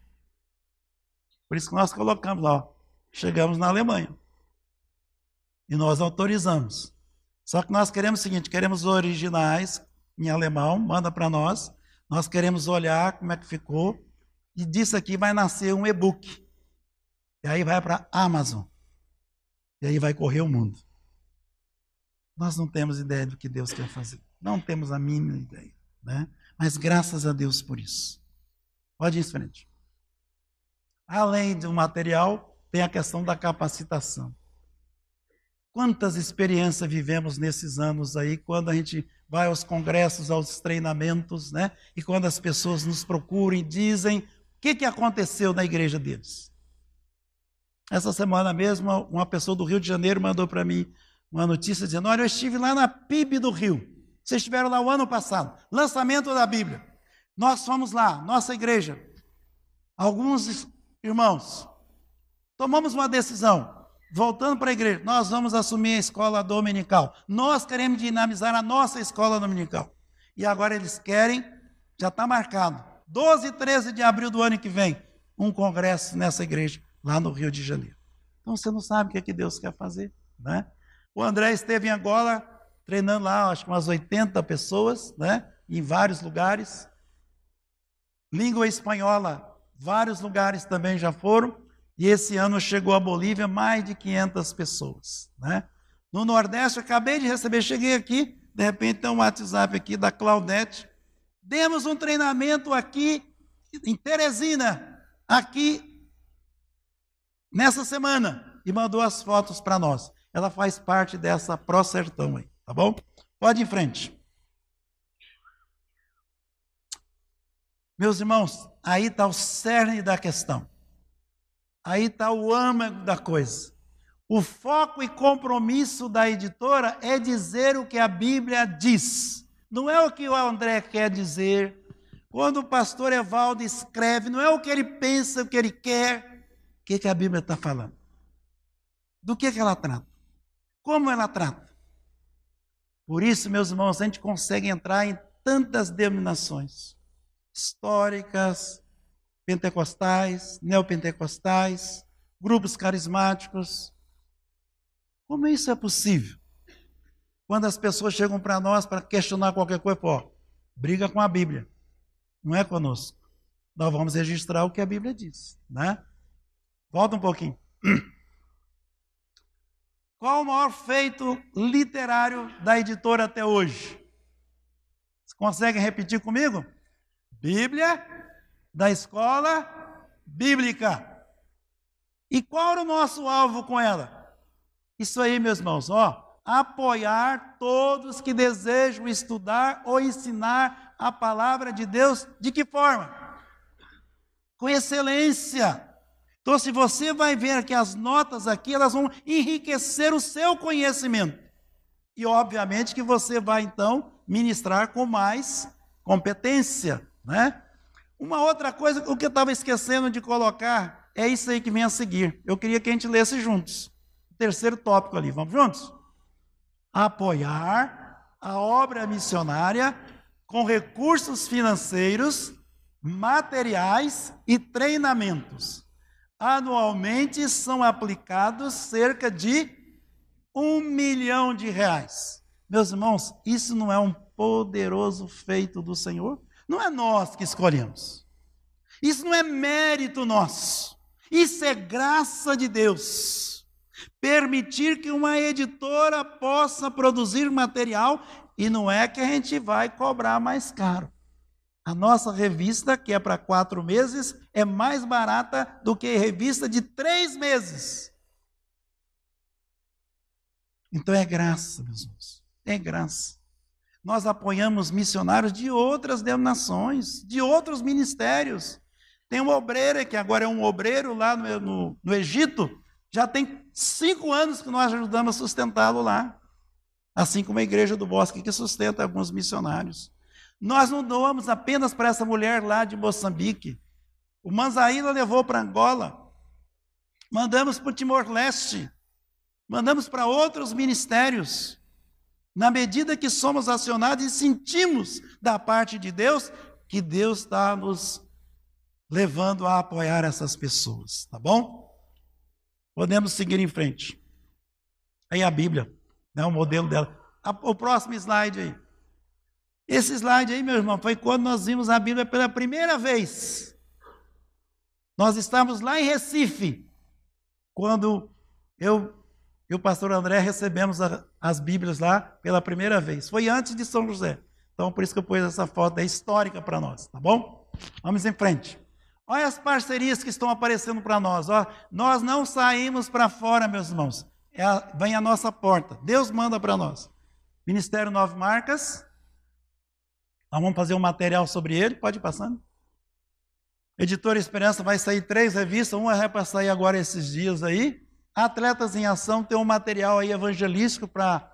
Por isso que nós colocamos lá, ó, chegamos na Alemanha. E nós autorizamos. Só que nós queremos o seguinte, queremos os originais em alemão, manda para nós. Nós queremos olhar como é que ficou. E disso aqui vai nascer um e-book. E aí vai para a Amazon. E aí vai correr o mundo. Nós não temos ideia do que Deus quer fazer. Não temos a mínima ideia, né? Mas graças a Deus por isso. Pode ir em frente. Além do material, tem a questão da capacitação. Quantas experiências vivemos nesses anos aí, quando a gente vai aos congressos, aos treinamentos, né? E quando as pessoas nos procuram e dizem o que aconteceu na igreja deles. Essa semana mesmo, uma pessoa do Rio de Janeiro mandou para mim uma notícia dizendo, olha, eu estive lá na PIB do Rio. Vocês estiveram lá o ano passado, lançamento da Bíblia. Nós fomos lá, nossa igreja. Alguns irmãos, tomamos uma decisão, voltando para a igreja, nós vamos assumir a escola dominical. Nós queremos dinamizar a nossa escola dominical. E agora eles querem, já está marcado, 12 e 13 de abril do ano que vem, um congresso nessa igreja, lá no Rio de Janeiro. Então você não sabe o que é que Deus quer fazer, né? O André esteve em Angola, treinando lá, acho que umas 80 pessoas, né? Em vários lugares. Língua espanhola, vários lugares também já foram. E esse ano chegou a Bolívia mais de 500 pessoas, né? No Nordeste, acabei de receber, cheguei aqui, de repente tem um WhatsApp aqui da Claudete. Demos um treinamento aqui em Teresina, aqui nessa semana, e mandou as fotos para nós. Ela faz parte dessa Pró-Sertão aí, tá bom? Pode ir em frente. Meus irmãos, aí está o cerne da questão. Aí está o âmago da coisa. O foco e compromisso da editora é dizer o que a Bíblia diz. Não é o que o André quer dizer. Quando o pastor Evaldo escreve, não é o que ele pensa, o que ele quer. O que a Bíblia está falando? Do que ela trata? Como ela trata? Por isso, meus irmãos, a gente consegue entrar em tantas denominações históricas, pentecostais, neopentecostais, grupos carismáticos. Como isso é possível? Quando as pessoas chegam para nós para questionar qualquer coisa, pô, briga com a Bíblia. Não é conosco. Nós vamos registrar o que a Bíblia diz, né? Volta um pouquinho. Qual o maior feito literário da editora até hoje? Vocês conseguem repetir comigo? Bíblia da Escola Bíblica. E qual era o nosso alvo com ela? Isso aí, meus irmãos, ó, apoiar todos que desejam estudar ou ensinar a palavra de Deus. De que forma? Com excelência. Então, se você vai ver aqui as notas aqui, elas vão enriquecer o seu conhecimento. E, obviamente, que você vai, então, ministrar com mais competência, né? Uma outra coisa, o que eu estava esquecendo de colocar, é isso aí que vem a seguir. Eu queria que a gente lesse juntos. O terceiro tópico ali, vamos juntos? Apoiar a obra missionária com recursos financeiros, materiais e treinamentos. anualmente são aplicados cerca de R$1 milhão. Meus irmãos, isso não é um poderoso feito do Senhor? Não é nós que escolhemos. Isso não é mérito nosso. Isso é graça de Deus. Permitir que uma editora possa produzir material, e não é que a gente vai cobrar mais caro. A nossa revista, que é para 4 meses, é mais barata do que a revista de 3 meses. Então é graça, meus irmãos, é graça. Nós apoiamos missionários de outras denominações, de outros ministérios. Tem um obreiro, que agora é um obreiro lá no Egito, já tem 5 anos que nós ajudamos a sustentá-lo lá. Assim como a Igreja do Bosque, que sustenta alguns missionários. Nós não doamos apenas para essa mulher lá de Moçambique. O Manzaíla levou para Angola. Mandamos para o Timor-Leste. Mandamos para outros ministérios. Na medida que somos acionados e sentimos da parte de Deus, que Deus está nos levando a apoiar essas pessoas. Tá bom? Podemos seguir em frente. Aí a Bíblia, né, o modelo dela. O próximo slide aí. Esse slide aí, meu irmão, foi quando nós vimos a Bíblia pela primeira vez. Nós estávamos lá em Recife, quando eu e o pastor André recebemos as Bíblias lá pela primeira vez. Foi antes de São José. Então, por isso que eu pus essa foto, é histórica para nós, tá bom? Vamos em frente. Olha as parcerias que estão aparecendo para nós. Ó. Nós não saímos para fora, meus irmãos. Vem a nossa porta. Deus manda para nós. Ministério 9 Marcas. Nós vamos fazer um material sobre ele, pode ir passando. Editora Esperança vai sair 3 revistas, uma é para sair agora esses dias aí. Atletas em Ação tem um material aí evangelístico para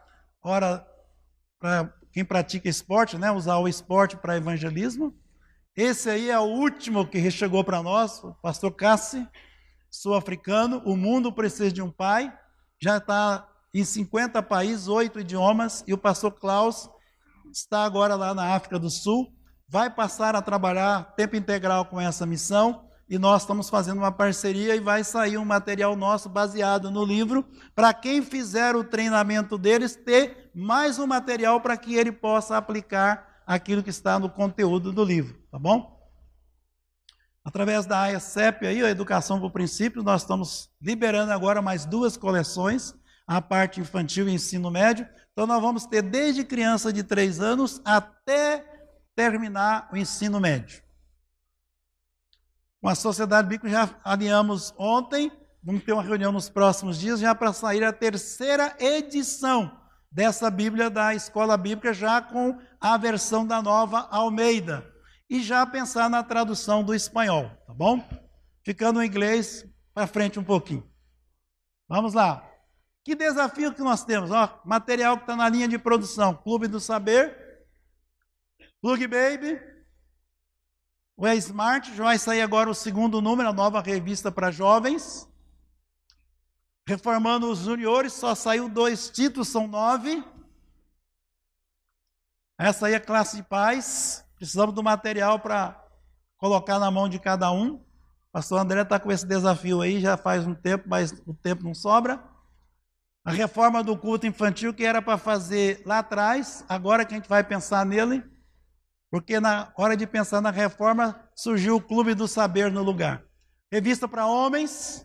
quem pratica esporte, né? Usar o esporte para evangelismo. Esse aí é o último que chegou para nós, o pastor Cassi, sul-africano. O mundo precisa de um pai. Já está em 50 países, 8 idiomas, e o pastor Klaus está agora lá na África do Sul, vai passar a trabalhar tempo integral com essa missão, e nós estamos fazendo uma parceria e vai sair um material nosso baseado no livro, para quem fizer o treinamento deles, ter mais um material para que ele possa aplicar aquilo que está no conteúdo do livro, tá bom? Através da AECEP, aí, a Educação por Princípios, nós estamos liberando agora mais 2 coleções, a parte infantil e ensino médio. Então, nós vamos ter desde criança de 3 anos até terminar o ensino médio. Com a Sociedade Bíblica já alinhamos ontem, vamos ter uma reunião nos próximos dias, já para sair a 3ª edição dessa Bíblia da Escola Bíblica, já com a versão da Nova Almeida. E já pensar na tradução do espanhol, tá bom? Ficando o inglês para frente um pouquinho. Vamos lá. Que desafio que nós temos? Ó, material que está na linha de produção. Clube do Saber, Plug Baby, o E-Smart, já vai sair agora o 2º número, a nova revista para jovens. Reformando os juniores, só saiu 2 títulos, são 9. Essa aí é classe de paz. Precisamos do material para colocar na mão de cada um. O pastor André está com esse desafio aí, já faz um tempo, mas o tempo não sobra. A reforma do culto infantil, que era para fazer lá atrás, agora que a gente vai pensar nele, porque na hora de pensar na reforma, surgiu o Clube do Saber no lugar. Revista para homens,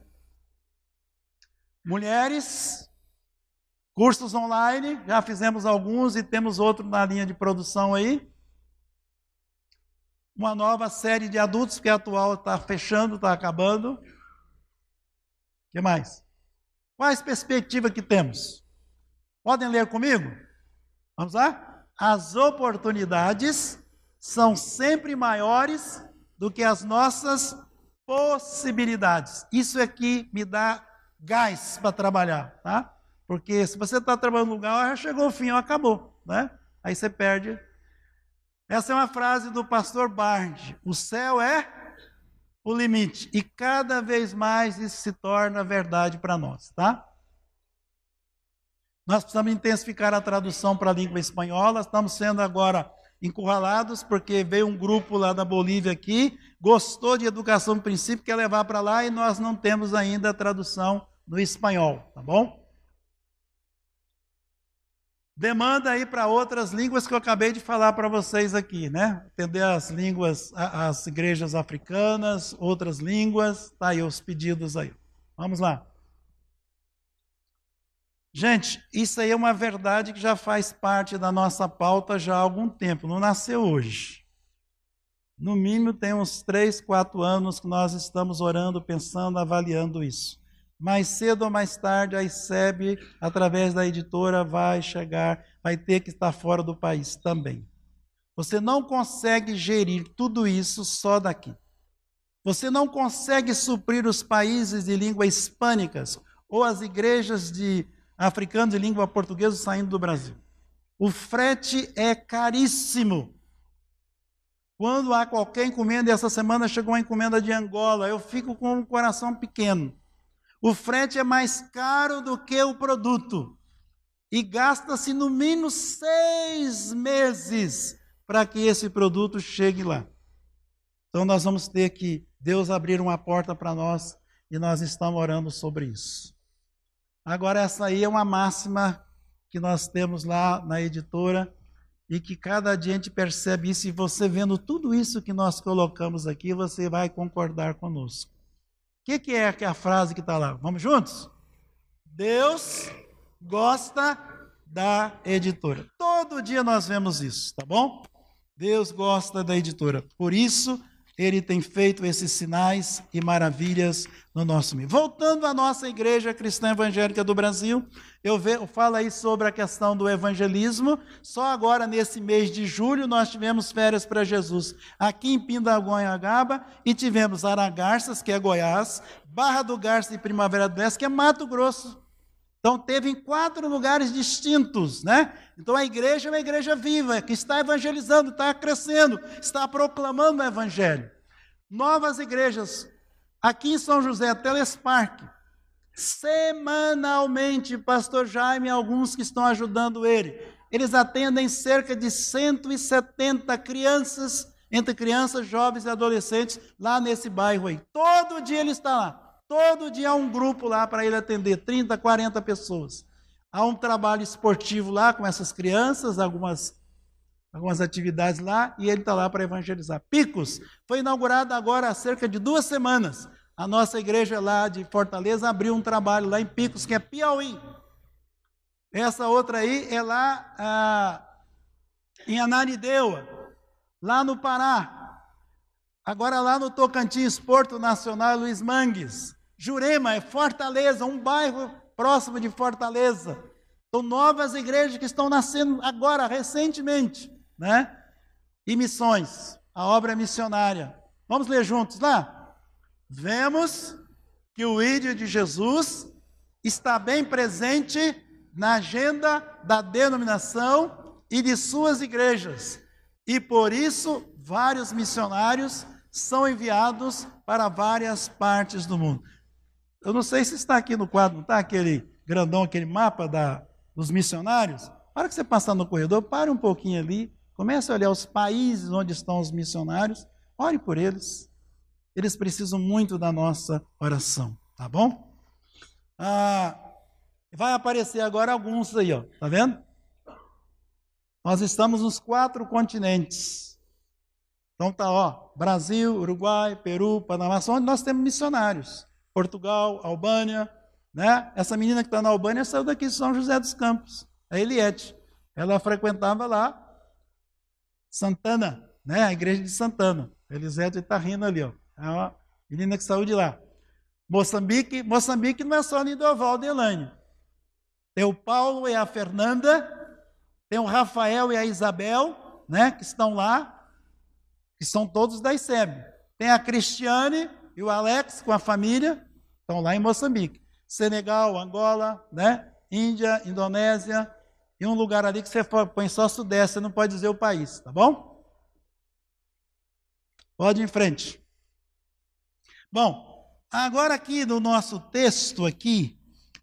mulheres, cursos online, já fizemos alguns e temos outro na linha de produção aí. Uma nova série de adultos, que a atual está fechando, está acabando. O que mais? Quais perspectivas que temos? Podem ler comigo? Vamos lá? As oportunidades são sempre maiores do que as nossas possibilidades. Isso é que me dá gás para trabalhar, tá? Porque se você está trabalhando no lugar, já chegou o fim, acabou, né? Aí você perde. Essa é uma frase do pastor Barnes. O céu é o limite. E cada vez mais isso se torna verdade para nós, tá? Nós precisamos intensificar a tradução para a língua espanhola. Estamos sendo agora encurralados, porque veio um grupo lá da Bolívia aqui, gostou de educação no princípio, quer levar para lá e nós não temos ainda a tradução no espanhol, tá bom? Demanda aí para outras línguas que eu acabei de falar para vocês aqui, né? Entender as línguas, as igrejas africanas, outras línguas, tá aí os pedidos aí. Vamos lá. Gente, isso aí é uma verdade que já faz parte da nossa pauta já há algum tempo, não nasceu hoje. No mínimo tem uns 3, 4 anos que nós estamos orando, pensando, avaliando isso. Mais cedo ou mais tarde, a ICEB, através da editora, vai chegar, vai ter que estar fora do país também. Você não consegue gerir tudo isso só daqui. Você não consegue suprir os países de língua hispânicas ou as igrejas de africanos de língua portuguesa saindo do Brasil. O frete é caríssimo. Quando há qualquer encomenda, essa semana chegou uma encomenda de Angola, eu fico com o coração pequeno. O frete é mais caro do que o produto. E gasta-se no mínimo 6 meses para que esse produto chegue lá. Então nós vamos ter que Deus abrir uma porta para nós e nós estamos orando sobre isso. Agora essa aí é uma máxima que nós temos lá na editora e que cada dia a gente percebe isso, e você vendo tudo isso que nós colocamos aqui, você vai concordar conosco. O que é a frase que está lá? Vamos juntos? Deus gosta da editora. Todo dia nós vemos isso, tá bom? Deus gosta da editora. Por isso, Ele tem feito esses sinais e maravilhas no nosso meio. Voltando à nossa Igreja Cristã Evangélica do Brasil, eu falo aí sobre a questão do evangelismo. Só agora, nesse mês de julho, nós tivemos férias para Jesus aqui em Pindamonhangaba e tivemos Aragarças, que é Goiás, Barra do Garça e Primavera do Leste, que é Mato Grosso. Então, teve em 4 lugares distintos, né? Então, a igreja é uma igreja viva, que está evangelizando, está crescendo, está proclamando o evangelho. Novas igrejas, aqui em São José, Telespark, semanalmente, pastor Jaime e alguns que estão ajudando ele, eles atendem cerca de 170 crianças, entre crianças, jovens e adolescentes, lá nesse bairro aí. Todo dia ele está lá. Todo dia há um grupo lá para ele atender, 30, 40 pessoas. Há um trabalho esportivo lá com essas crianças, algumas atividades lá, e ele está lá para evangelizar. Picos foi inaugurado agora há cerca de 2 semanas. A nossa igreja lá de Fortaleza abriu um trabalho lá em Picos, que é Piauí. Essa outra aí é lá em Ananindeua, lá no Pará. Agora lá no Tocantins, Porto Nacional, Luiz Mangues. Jurema é Fortaleza, um bairro próximo de Fortaleza. São novas igrejas que estão nascendo agora, recentemente, né? E missões, a obra missionária. Vamos ler juntos lá? Vemos que o ídolo de Jesus está bem presente na agenda da denominação e de suas igrejas. E por isso, vários missionários são enviados para várias partes do mundo. Eu não sei se está aqui no quadro, não está aquele grandão, aquele mapa dos missionários? Para que você passar no corredor, pare um pouquinho ali, comece a olhar os países onde estão os missionários, ore por eles. Eles precisam muito da nossa oração, tá bom? Vai aparecer agora alguns aí, ó, tá vendo? Nós estamos nos 4 continentes. Então tá, ó, Brasil, Uruguai, Peru, Panamá, são onde nós temos missionários. Portugal, Albânia, né? Essa menina que está na Albânia saiu daqui de São José dos Campos, a Eliette. Ela frequentava lá Santana, né? A igreja de Santana. A Elisete está rindo ali, ó. É uma menina que saiu de lá. Moçambique não é só Nidovaldo e Elane. Tem o Paulo e a Fernanda, tem o Rafael e a Isabel, né? Que estão lá, que são todos da ICEB. Tem a Cristiane e o Alex com a família, estão lá em Moçambique. Senegal, Angola, né? Índia, Indonésia, e um lugar ali que você põe só Sudeste, você não pode dizer o país, tá bom? Pode ir em frente. Bom, agora aqui no nosso texto aqui,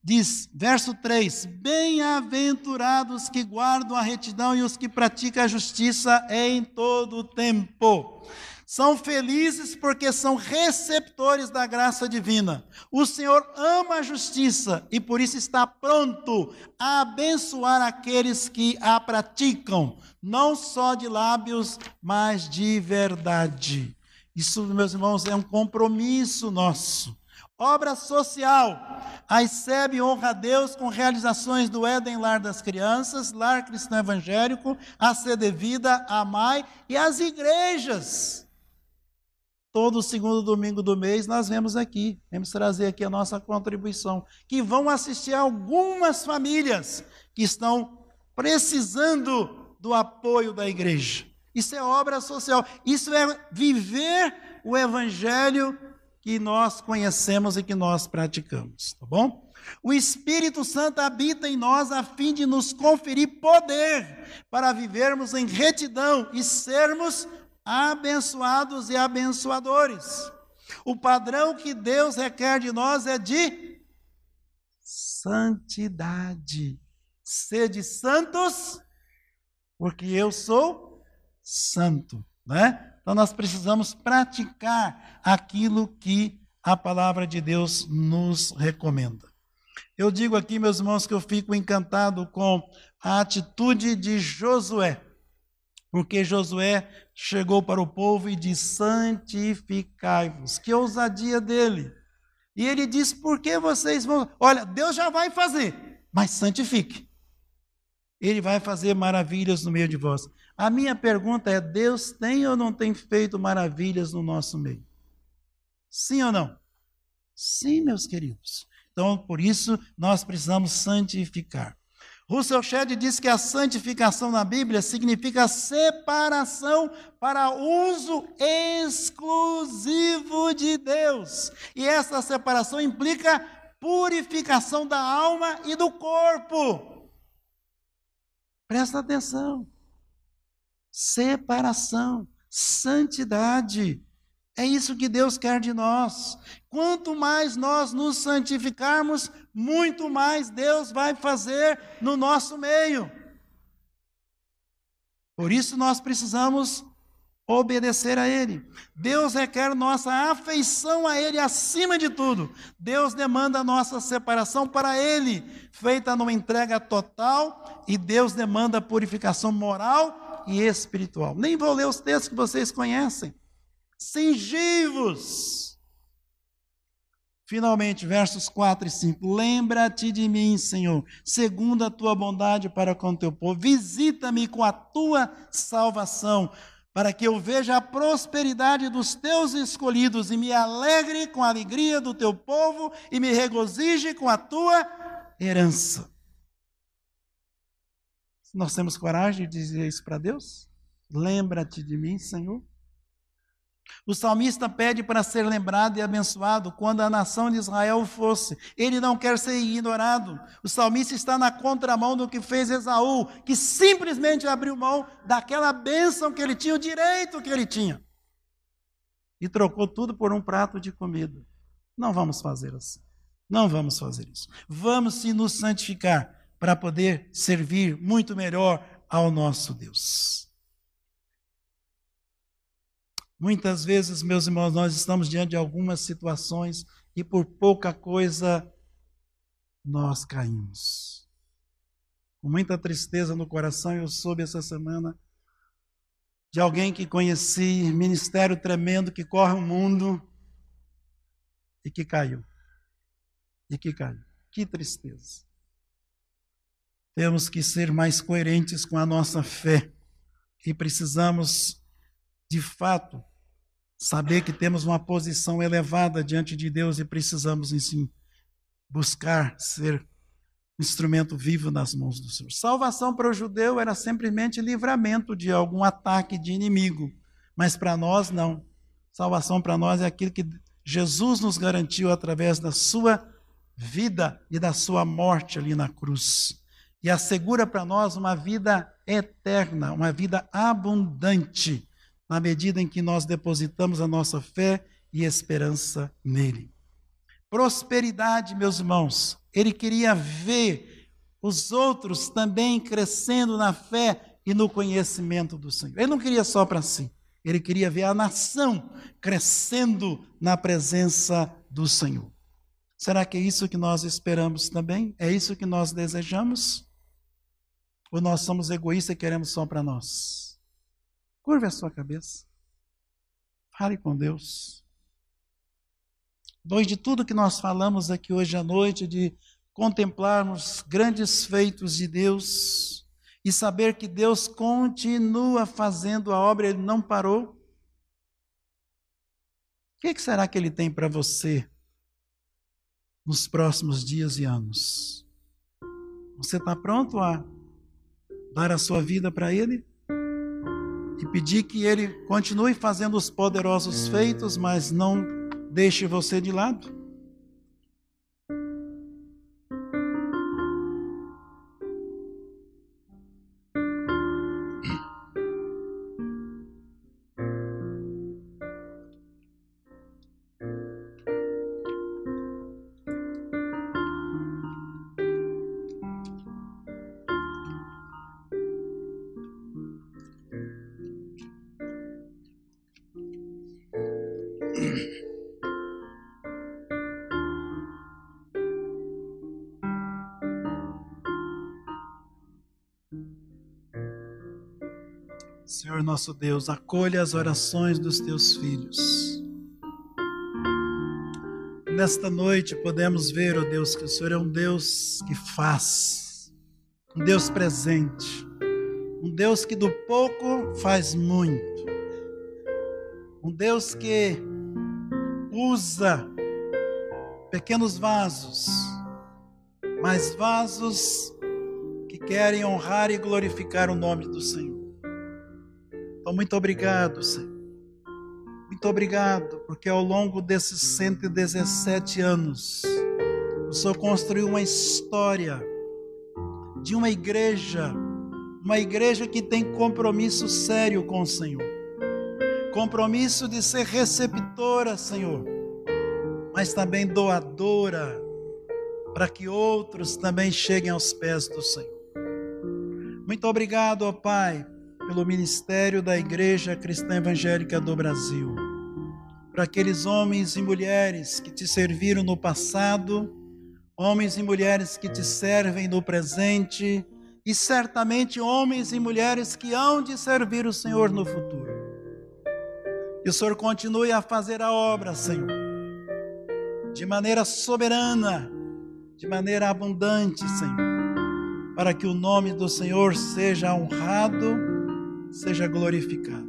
Diz, verso 3, bem-aventurados que guardam a retidão e os que praticam a justiça em todo o tempo. São felizes porque são receptores da graça divina. O Senhor ama a justiça e por isso está pronto a abençoar aqueles que a praticam, não só de lábios, mas de verdade. Isso, meus irmãos, é um compromisso nosso. Obra social. A ICEB honra a Deus com realizações do Éden Lar das Crianças, Lar Cristão Evangélico, a CD Vida, a MAI e as igrejas. Todo segundo domingo do mês nós vemos aqui, vamos trazer aqui a nossa contribuição, que vão assistir a algumas famílias que estão precisando do apoio da igreja. Isso é obra social, isso é viver o evangelho que nós conhecemos e que nós praticamos, tá bom? O Espírito Santo habita em nós a fim de nos conferir poder para vivermos em retidão e sermos abençoados e abençoadores. O padrão que Deus requer de nós é de santidade. Sede santos, porque eu sou santo, né? Então nós precisamos praticar aquilo que a palavra de Deus nos recomenda. Eu digo aqui, meus irmãos, que eu fico encantado com a atitude de Josué, porque Josué chegou para o povo e disse, santificai-vos. Que ousadia dele. E ele disse, por que vocês vão... Olha, Deus já vai fazer, mas santifique. Ele vai fazer maravilhas no meio de vós. A minha pergunta é, Deus tem ou não tem feito maravilhas no nosso meio? Sim ou não? Sim, meus queridos. Então, por isso, nós precisamos santificar. Russell Shedd diz que a santificação na Bíblia significa separação para uso exclusivo de Deus. E essa separação implica purificação da alma e do corpo. Presta atenção. Separação, santidade. É isso que Deus quer de nós. Quanto mais nós nos santificarmos, muito mais Deus vai fazer no nosso meio. Por isso nós precisamos obedecer a Ele. Deus requer nossa afeição a Ele acima de tudo. Deus demanda a nossa separação para Ele, feita numa entrega total, e Deus demanda a purificação moral e espiritual. Nem vou ler os textos que vocês conhecem. Cingivos. Finalmente, versos 4 e 5. Lembra-te de mim, Senhor, segundo a tua bondade para com o teu povo. Visita-me com a tua salvação, para que eu veja a prosperidade dos teus escolhidos e me alegre com a alegria do teu povo e me regozije com a tua herança. Nós temos coragem de dizer isso para Deus? Lembra-te de mim, Senhor. O salmista pede para ser lembrado e abençoado quando a nação de Israel fosse. Ele não quer ser ignorado. O salmista está na contramão do que fez Esaú, que simplesmente abriu mão daquela bênção que ele tinha, o direito que ele tinha, e trocou tudo por um prato de comida. Não vamos fazer assim. Não vamos fazer isso. Vamos sim nos santificar para poder servir muito melhor ao nosso Deus. Muitas vezes, meus irmãos, nós estamos diante de algumas situações e por pouca coisa nós caímos. Com muita tristeza no coração, eu soube essa semana de alguém que conheci, ministério tremendo que corre o mundo e que caiu. E que caiu. Que tristeza. Temos que ser mais coerentes com a nossa fé e precisamos, de fato, saber que temos uma posição elevada diante de Deus e precisamos, sim, buscar ser um instrumento vivo nas mãos do Senhor. Salvação para o judeu era simplesmente livramento de algum ataque de inimigo, mas para nós não. Salvação para nós é aquilo que Jesus nos garantiu através da sua vida e da sua morte ali na cruz. E assegura para nós uma vida eterna, uma vida abundante, na medida em que nós depositamos a nossa fé e esperança nele. Prosperidade, meus irmãos, Ele queria ver os outros também crescendo na fé e no conhecimento do Senhor. Ele não queria só para si. Ele queria ver a nação crescendo na presença do Senhor. Será que é isso que nós esperamos também? É isso que nós desejamos? Ou nós somos egoístas e queremos só para nós? Curve a sua cabeça. Fale com Deus. Depois de tudo que nós falamos aqui hoje à noite, de contemplarmos grandes feitos de Deus e saber que Deus continua fazendo a obra, Ele não parou. O que será que Ele tem para você nos próximos dias e anos? Você está pronto a dar a sua vida para Ele? E pedir que Ele continue fazendo os poderosos feitos, mas não deixe você de lado? Senhor nosso Deus, acolha as orações dos teus filhos. Nesta noite podemos ver, ó Deus, que o Senhor é um Deus que faz, um Deus presente, um Deus que do pouco faz muito, um Deus que usa pequenos vasos, mas vasos que querem honrar e glorificar o nome do Senhor. Então, muito obrigado, Senhor. Muito obrigado, porque ao longo desses 117 anos, o Senhor construiu uma história de uma igreja que tem compromisso sério com o Senhor. Compromisso de ser receptora, Senhor, mas também doadora, para que outros também cheguem aos pés do Senhor. Muito obrigado, ó Pai, pelo ministério da Igreja Cristã Evangélica do Brasil, para aqueles homens e mulheres que te serviram no passado, homens e mulheres que te servem no presente e certamente homens e mulheres que hão de servir o Senhor no futuro. Que o Senhor continue a fazer a obra, Senhor, de maneira soberana, de maneira abundante, Senhor, para que o nome do Senhor seja honrado, seja glorificado.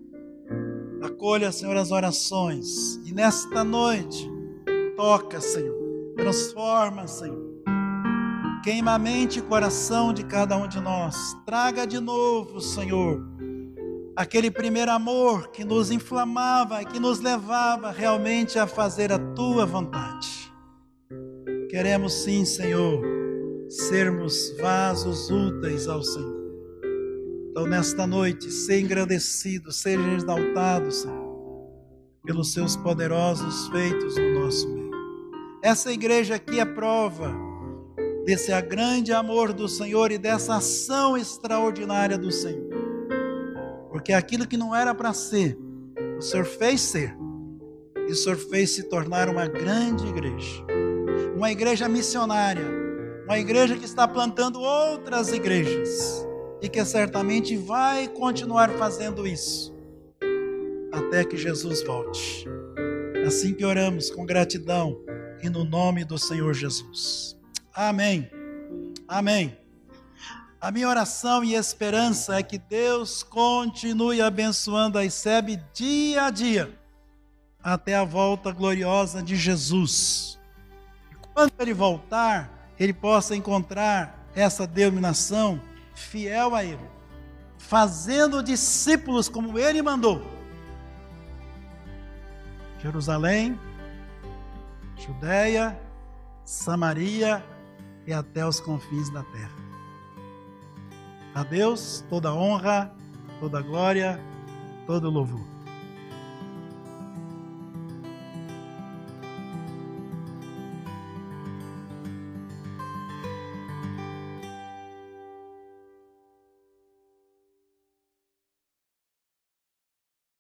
Acolha, Senhor, as orações e nesta noite toca, Senhor, transforma, Senhor, queima a mente e coração de cada um de nós, traga de novo, Senhor, aquele primeiro amor que nos inflamava e que nos levava realmente a fazer a Tua vontade. Queremos sim, Senhor, sermos vasos úteis ao Senhor. Então, nesta noite, seja engrandecido, seja exaltado, Senhor, pelos seus poderosos feitos no nosso meio. Essa igreja aqui é prova desse grande amor do Senhor e dessa ação extraordinária do Senhor. Porque aquilo que não era para ser, o Senhor fez ser. E o Senhor fez se tornar uma grande igreja. Uma igreja missionária. Uma igreja que está plantando outras igrejas. E que certamente vai continuar fazendo isso até que Jesus volte. Assim que oramos com gratidão e no nome do Senhor Jesus. Amém. Amém. A minha oração e esperança é que Deus continue abençoando a ICEB dia a dia até a volta gloriosa de Jesus. E quando Ele voltar, Ele possa encontrar essa denominação fiel a Ele, fazendo discípulos como Ele mandou. Jerusalém, Judeia, Samaria e até os confins da terra. A Deus toda honra, toda glória, todo louvor.